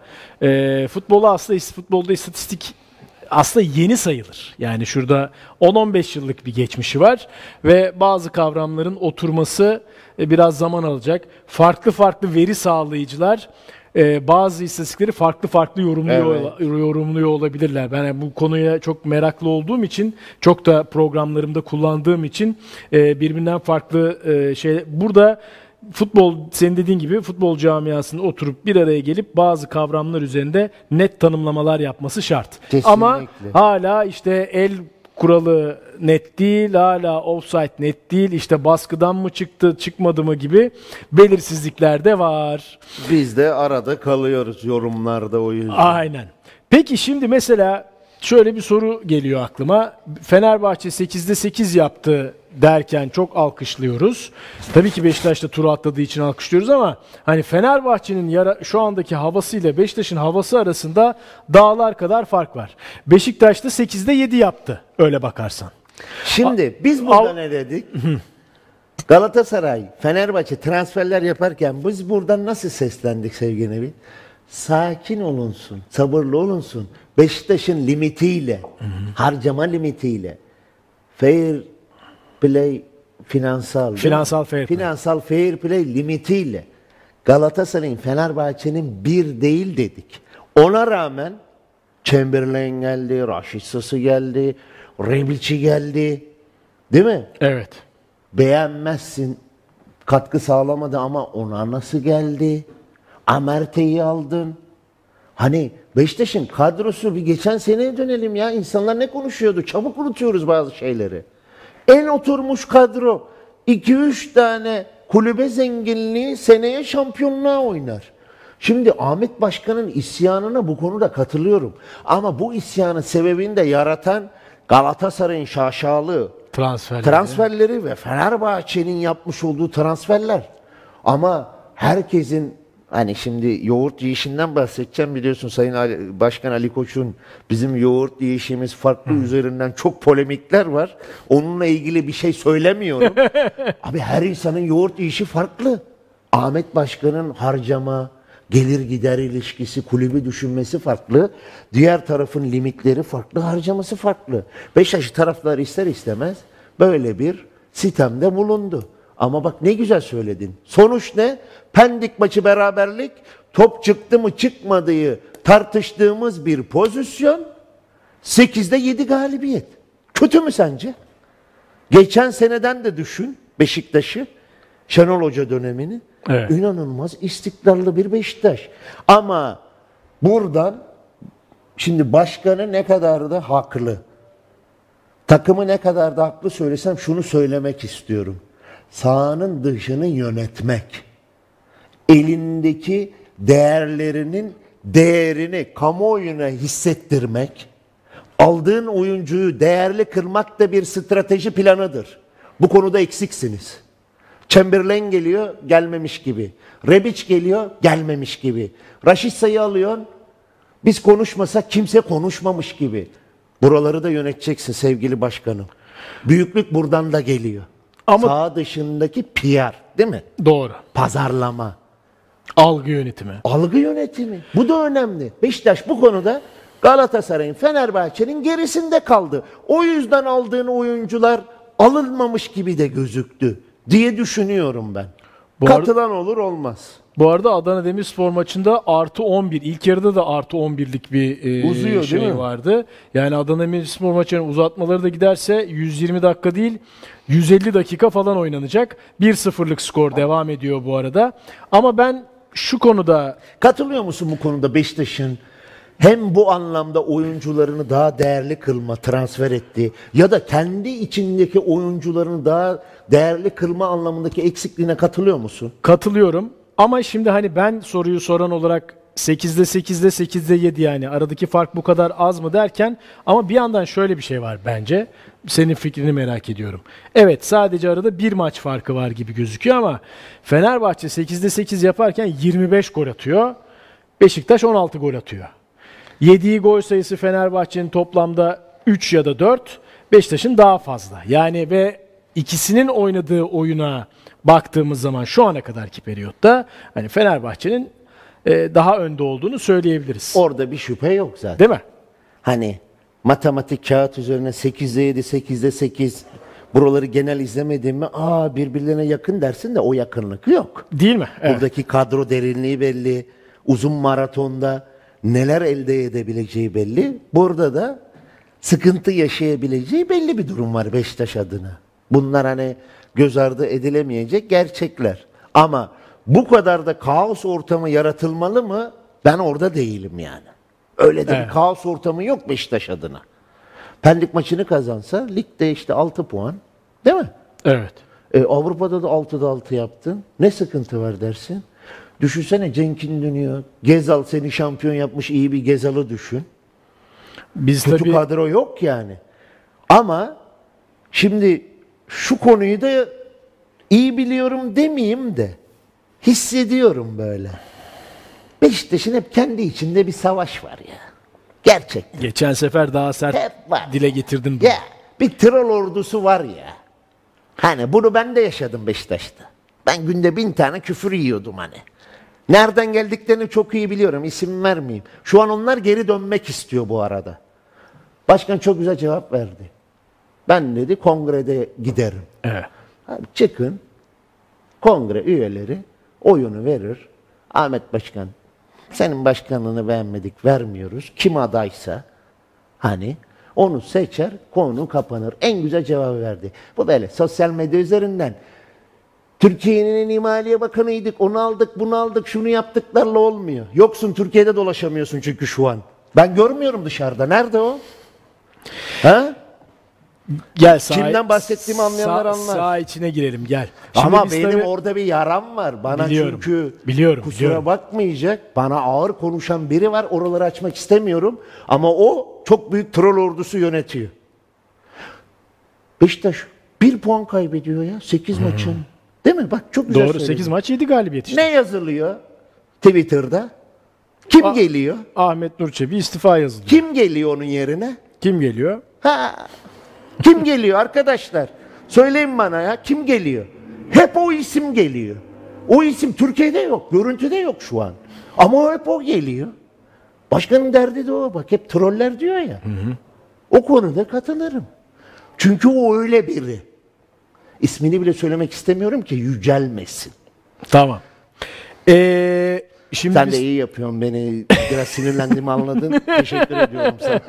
Futbolda istatistik aslında yeni sayılır. Yani şurada 10-15 yıllık bir geçmişi var ve bazı kavramların oturması biraz zaman alacak. Farklı farklı veri sağlayıcılar bazı istatistikleri farklı yorumluyor olabilirler. Ben bu konuya çok meraklı olduğum için, çok da programlarımda kullandığım için birbirinden farklı burada futbol, senin dediğin gibi futbol camiasının oturup bir araya gelip bazı kavramlar üzerinde net tanımlamalar yapması şart. Kesinlikle. Ama hala işte el kuralı net değil, hala offside net değil, işte baskıdan mı çıktı, çıkmadı mı gibi belirsizlikler de var. Biz de arada kalıyoruz yorumlarda o yüzden. Aynen. Peki şimdi mesela şöyle bir soru geliyor aklıma. Fenerbahçe 8'de 8 yaptı derken çok alkışlıyoruz. Tabii ki Beşiktaş'ta turu atladığı için alkışlıyoruz ama hani Fenerbahçe'nin şu andaki havasıyla Beşiktaş'ın havası arasında dağlar kadar fark var. Beşiktaş'ta 8'de 7 yaptı öyle bakarsan. Şimdi biz burada ne dedik? Galatasaray, Fenerbahçe transferler yaparken biz buradan nasıl seslendik sevgili Nebi? Sakin olunsun, sabırlı olunsun. Beşiktaş'ın limitiyle, harcama limitiyle, fair play finansal Finansal fair play limitiyle Galatasaray'ın Fenerbahçe'nin bir değil dedik. Ona rağmen Chamberlain geldi, Raşit Sası geldi, Rebiç'i geldi. Değil mi? Evet. Beğenmezsin. Katkı sağlamadı ama ona nasıl geldi? Amerte'yi aldın. Hani Beşiktaş'ın kadrosu bir geçen seneye dönelim ya. İnsanlar ne konuşuyordu? Çabuk unutuyoruz bazı şeyleri. En oturmuş kadro. 2-3 tane kulübe zenginliği seneye şampiyonluğa oynar. Şimdi Ahmet Başkan'ın isyanına bu konuda katılıyorum. Ama bu isyanın sebebini de yaratan Galatasaray'ın şaşalığı, transferleri ve Fenerbahçe'nin yapmış olduğu transferler. Ama herkesin hani şimdi yoğurt yiyişinden bahsedeceğim, biliyorsun Sayın Başkan Ali Koç'un bizim yoğurt yiyişimiz farklı üzerinden çok polemikler var. Onunla ilgili bir şey söylemiyorum. Abi her insanın yoğurt yiyişi farklı. Ahmet Başkan'ın harcama, gelir gider ilişkisi, kulübü düşünmesi farklı. Diğer tarafın limitleri farklı, harcaması farklı. Beşiktaş tarafları ister istemez böyle bir sitemde bulundu. Ama bak ne güzel söyledin. Sonuç ne? Pendik maçı beraberlik, top çıktı mı çıkmadığı tartıştığımız bir pozisyon. 8'de 7 galibiyet. Kötü mü sence? Geçen seneden de düşün Beşiktaş'ı. Şenol Hoca dönemini. Evet. İnanılmaz istikrarlı bir Beşiktaş. Ama buradan şimdi başkanı ne kadar da haklı. Takımı ne kadar da haklı söylesem şunu söylemek istiyorum. Sahanın dışını yönetmek. Elindeki değerlerinin değerini kamuoyuna hissettirmek. Aldığın oyuncuyu değerli kılmak da bir strateji planıdır. Bu konuda eksiksiniz. Chamberlain geliyor, gelmemiş gibi. Rebic geliyor, gelmemiş gibi. Raşitsa'yı alıyorsun, biz konuşmasak kimse konuşmamış gibi. Buraları da yöneteceksin sevgili başkanım. Büyüklük buradan da geliyor. Ama sağ dışındaki PR, değil mi? doğru. Pazarlama. Algı yönetimi. Algı yönetimi. Bu da önemli. Beşiktaş bu konuda Galatasaray'ın, Fenerbahçe'nin gerisinde kaldı. O yüzden aldığın oyuncular alınmamış gibi de gözüktü diye düşünüyorum ben. Katılan olur olmaz. Bu arada Adana Demirspor maçında artı 11. İlk yarıda da artı 11'lik bir Uzuyor, değil mi? vardı. Yani Adana Demirspor maçının uzatmaları da giderse 120 dakika değil 150 dakika falan oynanacak. 1-0'lık skor devam ediyor bu arada. Ama ben şu konuda Katılıyor musun bu konuda Beşiktaş'ın hem bu anlamda oyuncularını daha değerli kılma, transfer etti ya da kendi içindeki oyuncularını daha değerli kılma anlamındaki eksikliğine katılıyor musun? katılıyorum. Ama şimdi hani ben soruyu soran olarak 8'de 8'de 8'de 7 yani aradaki fark bu kadar az mı derken ama bir yandan şöyle bir şey var bence. Senin fikrini merak ediyorum. Evet sadece arada bir maç farkı var gibi gözüküyor ama Fenerbahçe 8'de 8 yaparken 25 gol atıyor. Beşiktaş 16 gol atıyor. Yediği gol sayısı Fenerbahçe'nin toplamda 3 ya da 4, Beşiktaş'ın daha fazla. Yani ve ikisinin oynadığı oyuna baktığımız zaman şu ana kadarki periyotta hani Fenerbahçe'nin daha önde olduğunu söyleyebiliriz. Orada bir şüphe yok zaten. Değil mi? Hani matematik kağıt üzerine 8'de 7, 8'de 8 buraları genel izlemedin mi? Birbirlerine yakın dersin de o yakınlık yok. Değil mi? Evet. Buradaki kadro derinliği belli. Uzun maratonda neler elde edebileceği belli. Burada da sıkıntı yaşayabileceği belli bir durum var Beşiktaş adına. Bunlar hani göz ardı edilemeyecek gerçekler. Ama bu kadar da kaos ortamı yaratılmalı mı? Ben orada değilim yani. Öyle de bir kaos ortamı yok Beşiktaş adına. Pendik maçını kazansa ligde işte 6 puan. Değil mi? Evet. Avrupa'da da 6'da 6 yaptın. Ne sıkıntı var dersin? Düşünsene Cenk'in dönüyor. Gezal seni şampiyon yapmış, iyi bir Gezal'ı düşün. Biz Kötü tabii kadro yok yani. Ama şimdi şu konuyu da iyi biliyorum demeyeyim de hissediyorum böyle. Beşiktaş'ın hep kendi içinde bir savaş var ya. Gerçekten. geçen sefer daha sert Hep var. dile getirdin bunu. Ya bir troll ordusu var ya. Hani bunu ben de yaşadım Beşiktaş'ta. Ben günde 1000 tane küfür yiyordum hani. Nereden geldiklerini çok iyi biliyorum. İsim vermeyeyim. Şu an onlar geri dönmek istiyor bu arada. Başkan çok güzel cevap verdi. Ben dedi kongrede giderim. Evet. Abi çıkın. Kongre üyeleri oyunu verir. Ahmet Başkan senin başkanlığını beğenmedik vermiyoruz. Kim adaysa hani Onu seçer, konu kapanır. En güzel cevabı verdi. Bu böyle sosyal medya üzerinden Türkiye'nin en iyi Maliye Bakanıydık, onu aldık, bunu aldık, şunu yaptıklarla olmuyor. Yoksun, Türkiye'de dolaşamıyorsun çünkü şu an. Ben görmüyorum dışarıda. Nerede o? Ha? Gel Kimden bahsettiğimi anlayanlar anlar. Sağ içine girelim gel. Şimdi Ama biz benim tabii- orada bir yaram var. Bana Biliyorum, çünkü kusura biliyorum. bakmayacak. Bana ağır konuşan biri var. Oraları açmak istemiyorum. Ama o çok büyük troll ordusu yönetiyor. Beşiktaş 1 puan kaybediyor ya 8 maçın. Değil mi? Bak çok güzel Doğru, söyledin. 8 maç 7 galibiyet işte. Ne yazılıyor Twitter'da? Kim geliyor? Ahmet Nur Çebi istifa yazılıyor. Kim geliyor onun yerine? Kim geliyor? Ha. Kim geliyor arkadaşlar? Söyleyin bana ya, kim geliyor? Hep o isim geliyor. O isim Türkiye'de yok, görüntüde yok şu an. Ama hep o geliyor. Başkanın derdi de o. Bak hep troller diyor ya. O konuda katılırım. Çünkü o öyle biri. İsmini bile söylemek istemiyorum ki yücelmesin. Tamam. Şimdi Sen biz... de iyi yapıyorsun beni. Biraz sinirlendiğimi anladın. Teşekkür ediyorum sana.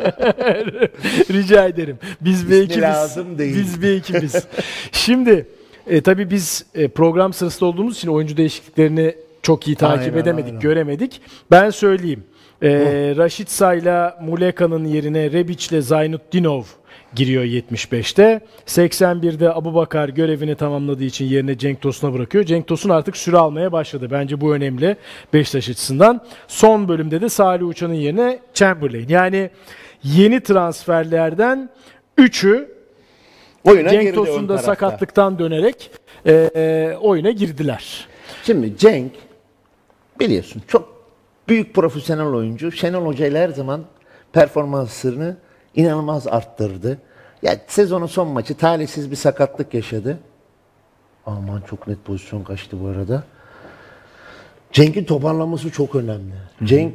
Rica ederim. Biz bir İsmi ekibiz. lazım değil. Biz bir ekibiz. Şimdi tabii biz program sırasında olduğumuz için oyuncu değişikliklerini çok iyi takip Aynen, edemedik, aynen. göremedik. Ben söyleyeyim. Raşitsa'yla Muleka'nın yerine Rebic'le Zaynutdinov giriyor 75'te. 81'de Abubakar görevini tamamladığı için yerine Cenk Tosun'a bırakıyor. Cenk Tosun artık süre almaya başladı. Bence bu önemli Beşiktaş açısından. Son bölümde de Salih Uçan'ın yerine Chamberlain. Yani yeni transferlerden 3'ü Oyuna Cenk girdi ön Tosun da tarafta. sakatlıktan dönerek oyuna girdiler. Şimdi Cenk biliyorsun çok büyük profesyonel oyuncu. Şenol Hoca ile her zaman performansını inanılmaz arttırdı. Ya sezonun son maçı talihsiz bir sakatlık yaşadı. Aman çok net pozisyon kaçtı bu arada. Cenk'in toparlanması çok önemli. Cenk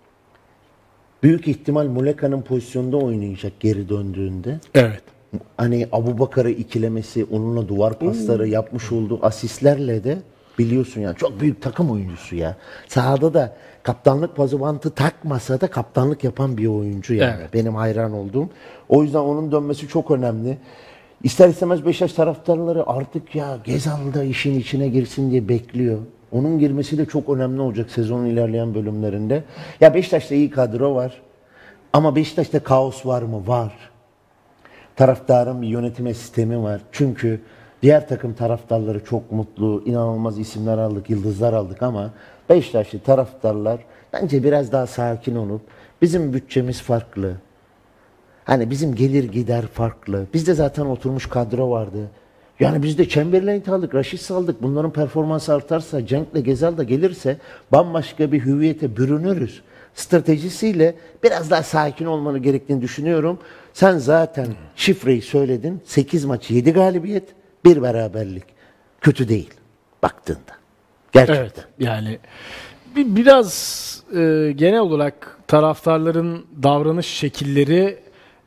büyük ihtimal Muleka'nın pozisyonda oynayacak geri döndüğünde. Evet. Hani Abubakar'ı ikilemesi, onunla duvar pasları yapmış olduğu asistlerle de biliyorsun yani çok büyük takım oyuncusu ya. Sahada da kaptanlık pazubantı takmasa da kaptanlık yapan bir oyuncu yani. Evet. Benim hayran olduğum. O yüzden onun dönmesi çok önemli. İster istemez Beşiktaş taraftarları artık ya Gezal da işin içine girsin diye bekliyor. Onun girmesi de çok önemli olacak sezonun ilerleyen bölümlerinde. Ya Beşiktaş'ta iyi kadro var. Ama Beşiktaş'ta kaos var mı? Var. Taraftarın bir yönetime sistemi var. Çünkü diğer takım taraftarları çok mutlu, inanılmaz isimler aldık, yıldızlar aldık ama Beşiktaşlı taraftarlar bence biraz daha sakin olup bizim bütçemiz farklı. Hani bizim gelir gider farklı. Bizde zaten oturmuş kadro vardı. Yani biz de Chamberlain'i aldık, Raşit aldık. Bunların performansı artarsa, Cenk'le Gezal da gelirse bambaşka bir hüviyete bürünürüz. Stratejisiyle biraz daha sakin olmanı gerektiğini düşünüyorum. Sen zaten şifreyi söyledin. 8 maç 7 galibiyet, 1 beraberlik. Kötü değil baktığında. Gerçekten. Evet. Yani biraz genel olarak taraftarların davranış şekilleri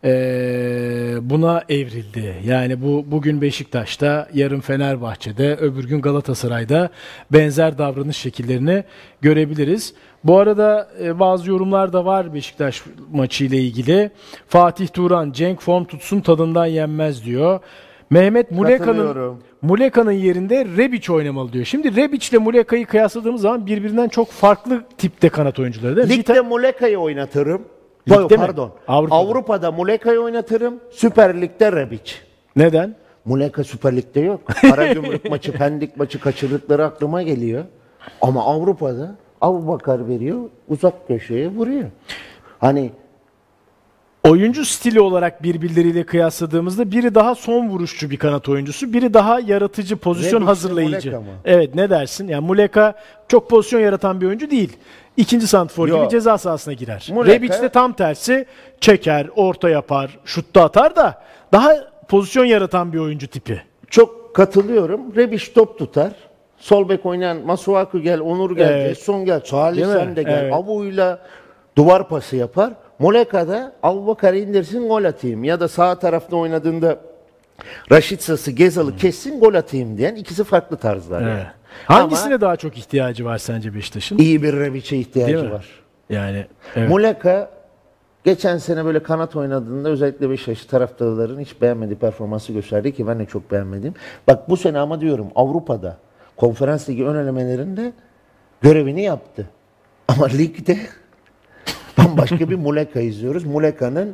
buna evrildi. Yani bugün Beşiktaş'ta, yarın Fenerbahçe'de, öbür gün Galatasaray'da benzer davranış şekillerini görebiliriz. Bu arada bazı yorumlar da var Beşiktaş maçı ile ilgili. Fatih Turan, Cenk form tutsun tadından yenmez diyor. Mehmet Katılıyorum. Muleka'nın yerinde Rebic oynamalı diyor. Şimdi Rebic ile Muleka'yı kıyasladığımız zaman birbirinden çok farklı tipte kanat oyuncuları değil mi? Ligde Muleka'yı oynatırım. Ligde mi? Pardon. Avrupa'da. Avrupa'da Muleka'yı oynatırım. Süper Lig'de Rebic. Neden? Muleka Süper Lig'de yok. Karagümrük maçı, Pendik maçı kaçırdıkları aklıma geliyor. Ama Avrupa'da Abubakar veriyor, uzak köşeye vuruyor. Hani Oyuncu stili olarak birbirleriyle kıyasladığımızda biri daha son vuruşçu bir kanat oyuncusu, biri daha yaratıcı, pozisyon Rebic hazırlayıcı. Muleka mı? Evet, ne dersin? Yani Muleka çok pozisyon yaratan bir oyuncu değil. İkinci santrfor gibi Yok. ceza sahasına girer. Muleka- Rebic de tam tersi, çeker, orta yapar, şutta atar da daha pozisyon yaratan bir oyuncu tipi. çok katılıyorum. Rebic top tutar. Sol bek oynayan Masuaku gel, Onur gel, Evet. Son gel, Salih Değil mi? sen de gel. Evet. Abu'yla duvar pası yapar. Muleka'da Abubakar'ı indirsin gol atayım. Ya da sağ tarafta oynadığında Raşitsa'sı, Gezal'ı kessin gol atayım diyen ikisi farklı tarzlar. Evet. Yani. Hangisine Ama daha çok ihtiyacı var sence Beşiktaş'ın? iyi bir Rebic'e Değil ihtiyacı mi? var. Yani evet. Muleka Geçen sene böyle kanat oynadığında özellikle Beşiktaş taraftarların hiç beğenmediği performansı gösterdi ki ben de çok beğenmedim. Bak bu sene ama diyorum Avrupa'da Konferans Ligi ön elemelerinde görevini yaptı. Ama ligde bambaşka bir Muleka izliyoruz. Muleka'nın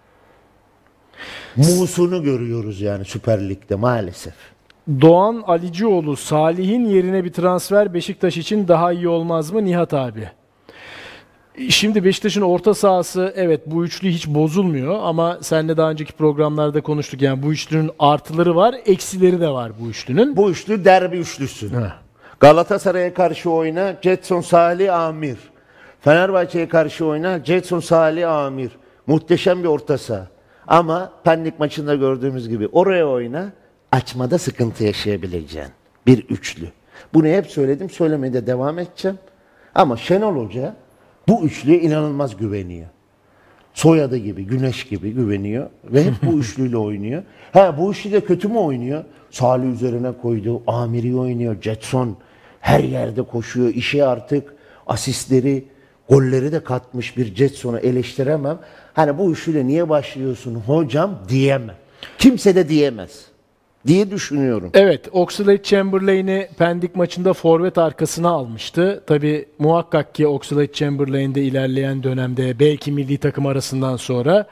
musunu görüyoruz yani Süper Lig'de maalesef. Doğan Alicioğlu, Salih'in yerine bir transfer Beşiktaş için daha iyi olmaz mı Nihat abi? Şimdi Beşiktaş'ın orta sahası evet bu üçlü hiç bozulmuyor ama seninle daha önceki programlarda konuştuk. Yani bu üçlünün artıları var, eksileri de var bu üçlünün. Bu üçlü derbi üçlüsü. Heh. Galatasaray'a karşı oyna Jetson, Salih, Amir. Fenerbahçe'ye karşı oyna Jetson, Salih, Amir. Muhteşem bir orta saha. Ama Pendik maçında gördüğümüz gibi oraya oyna açmada sıkıntı yaşayabileceğin bir üçlü. Bunu hep söyledim, söylemeye de devam edeceğim. Ama Şenol Hoca bu üçlüye inanılmaz güveniyor. Soyadı gibi, Güneş gibi güveniyor ve hep bu üçlüyle oynuyor. Bu üçlüyle kötü mü oynuyor? Salih üzerine koydu, Amir'i oynuyor, Jetson her yerde koşuyor. İşe artık asistleri, golleri de katmış bir Jetson'u eleştiremem. Hani bu üçlüyle niye başlıyorsun hocam diyemem. Kimse de diyemez diye düşünüyorum. Evet, Oxlade-Chamberlain'i Pendik maçında forvet arkasına almıştı. Tabii muhakkak ki Oxlade-Chamberlain de ilerleyen dönemde belki milli takım arasından sonra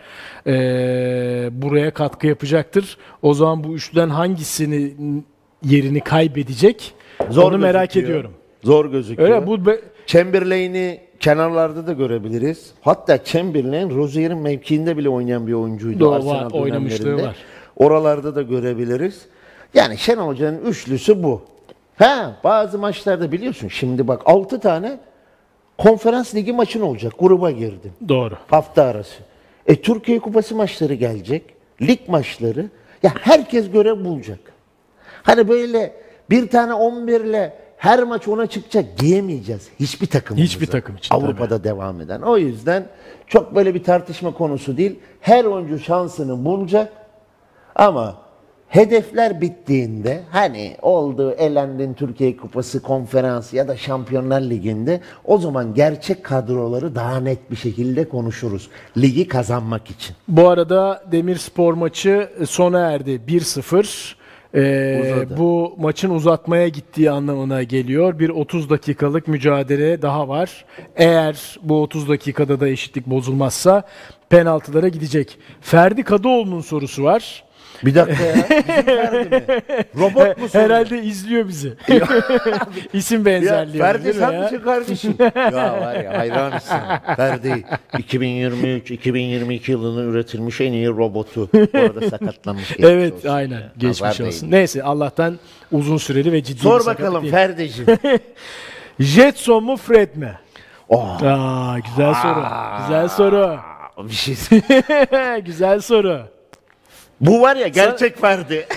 buraya katkı yapacaktır. O zaman bu üçlüden hangisinin yerini kaybedecek? Onu merak ediyorum. Zor gözüküyor. Öyle bu Chamberlain'i kenarlarda da görebiliriz. Hatta Chamberlain Rozier'in mevkiinde bile oynayan bir oyuncuydu. Doğru, Arsenal oynamışlığı dönemlerinde. var. Oralarda da görebiliriz. Yani Şenol Hoca'nın üçlüsü bu. Bazı maçlarda biliyorsun şimdi bak 6 tane Konferans Ligi maçın olacak. Gruba girdin. doğru. Hafta arası. Türkiye Kupası maçları gelecek. Lig maçları. Ya herkes görev bulacak. Hani böyle bir tane 11'le her maç ona çıkacak diyemeyeceğiz. Hiçbir takımımıza. Hiçbir takım için, Avrupa'da devam eden. O yüzden çok böyle bir tartışma konusu değil. Her oyuncu şansını bulacak. Ama hedefler bittiğinde hani oldu elendin Türkiye Kupası, konferans ya da Şampiyonlar Ligi'nde o zaman gerçek kadroları daha net bir şekilde konuşuruz. Ligi kazanmak için. Bu arada Demirspor maçı sona erdi 1-0. Uzadı. Bu maçın uzatmaya gittiği anlamına geliyor. Bir 30 dakikalık mücadele daha var. Eğer bu 30 dakikada da eşitlik bozulmazsa penaltılara gidecek. Ferdi Kadıoğlu'nun sorusu var. Bir dakika ya. Bizim Ferdi mi? Robot mu soruyor? Herhalde izliyor bizi. İsim Ya benzerliği. Ferdi değil mi sen ya? misin kardeşim? Ya var ya hayranısın. Ferdi 2023-2022 yılının üretilmiş en iyi robotu. Bu arada sakatlanmış. geçmiş Evet olsun. aynen Ya, geçmiş nazar olsun. değdi. Neyse Allah'tan uzun süreli ve ciddi bir Sor sakatlık bakalım değil. Ferdi'cim. Jetson mu Fred mi? Oh. Güzel soru. Güzel soru. Bir şey. Güzel soru. Bu var ya gerçek Ferdi.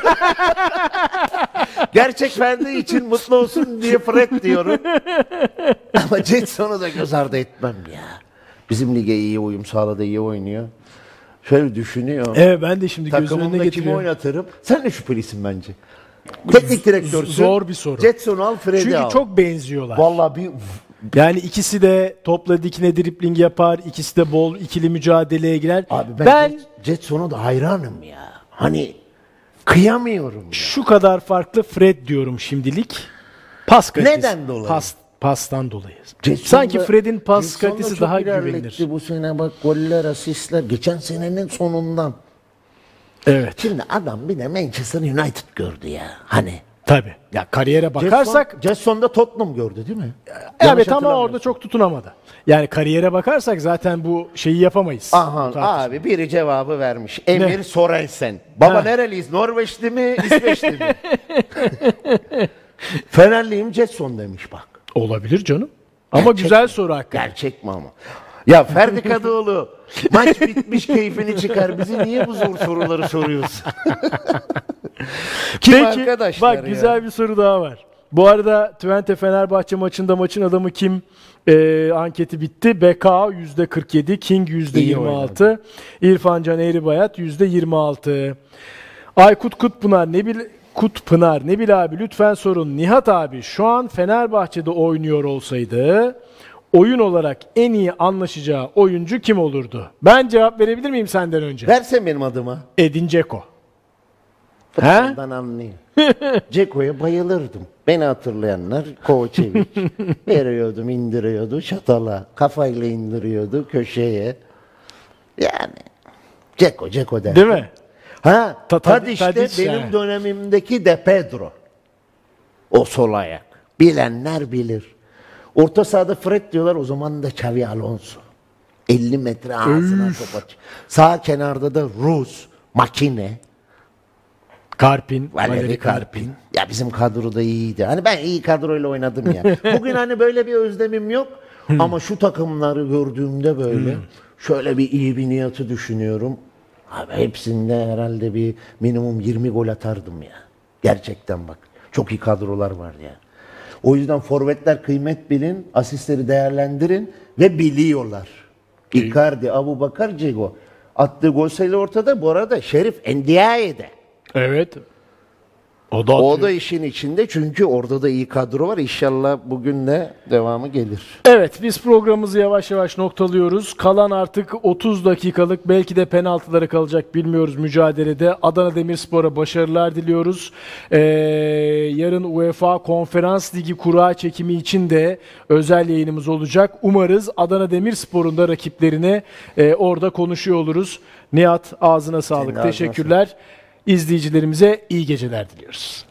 Gerçek Ferdi için mutlu olsun diye Fred diyorum. Ama Jetson'u da göz ardı etmem ya. Bizim lige iyi uyum sağladı, iyi oynuyor. Şöyle düşünüyor. Evet ben de şimdi gözümün önüne Takımımda kimi getiriyorum. oynatırım? Sen de şüphelisin bence. Teknik direktörsün. Zor bir soru. Jetson'u al, Fred'i Çünkü al. çok benziyorlar. Vallahi bir Yani ikisi de topla dikine dribling yapar, ikisi de bol ikili mücadeleye girer. abi ben Jetson'a da hayranım ya. Hani kıyamıyorum ya. şu kadar farklı Fred diyorum şimdilik. Pas kalitesi. Neden dolayı? Pastan dolayı. Jetson'da- Sanki Fred'in pas Jetson'da kalitesi çok daha ilerletti güvenilir. bu sene bak goller, asistler. Geçen senenin sonundan. Evet. Şimdi adam bir de Manchester United gördü ya. Hani. Tabii. Ya kariyere bakarsak Jetson'da Tottenham gördü değil mi? Yanlış evet ama orada hatırlamıyorsam. çok tutunamadı. Yani kariyere bakarsak zaten bu şeyi yapamayız. Aha Bu tartışmayı. abi biri cevabı vermiş. Emir Ne? Sorensen. Baba Ha. nereliyiz? Norveçli mi? İsveçli mi? Fenerliyim Jetson demiş bak. Olabilir canım. Ama Gerçek güzel mi? soru hakikaten. Gerçek mi ama? Ya Ferdi Kadıoğlu maç bitmiş keyfini çıkar. Bizi niye bu zor soruları soruyorsun? Kim Peki arkadaşlar bak ya? güzel bir soru daha var. Bu arada Twente Fenerbahçe maçında maçın adamı kim anketi bitti. BK %47, King %26, İrfan Can Eğribayat %26. Aykut Kutpınar Nebil abi lütfen sorun. Nihat abi şu an Fenerbahçe'de oynuyor olsaydı oyun olarak en iyi anlaşacağı oyuncu kim olurdu? Ben cevap verebilir miyim senden önce? Versen benim adıma. Edin Dzeko. He? Futboldan anlıyor. Ceko'ya bayılırdım. Beni hatırlayanlar Kovacevic. Veriyordum, indiriyordu çatala. Kafayla indiriyordu köşeye. Yani Ceko der. Değil mi? Ha, Tadic Tadic benim yani. dönemimdeki De Pedro. O sol ayak. Bilenler bilir. Orta sahada Fred diyorlar, o zaman da Xavi Alonso. 50 metre ağzına top aç. Sağ kenarda da Rus, makine. Karpin, Valeri Karpin. Ya bizim kadro da iyiydi. Hani ben iyi kadroyla oynadım ya. Bugün hani böyle bir özlemim yok. Ama şu takımları gördüğümde böyle şöyle bir iyi bir niyatı düşünüyorum. Abi hepsinde herhalde bir minimum 20 gol atardım ya. Gerçekten bak. Çok iyi kadrolar var ya. O yüzden forvetler kıymet bilin, asistleri değerlendirin ve biliyorlar. Icardi, Abubakar, Dzeko. Attığı gol sayılı ortada. Bu arada Şerif Ndiaye'de. Evet. O da işin içinde, çünkü orada da iyi kadro var. İnşallah bugün de devamı gelir. Evet, biz programımızı yavaş yavaş noktalıyoruz. Kalan artık 30 dakikalık, belki de penaltılara kalacak bilmiyoruz mücadelede. Adana Demirspor'a başarılar diliyoruz. Yarın UEFA Konferans Ligi kura çekimi için de özel yayınımız olacak. Umarız Adana Demirspor'un da rakiplerini orada konuşuyor oluruz. Nihat, ağzına sağlık. Senin ağzına Teşekkürler. İzleyicilerimize iyi geceler diliyoruz.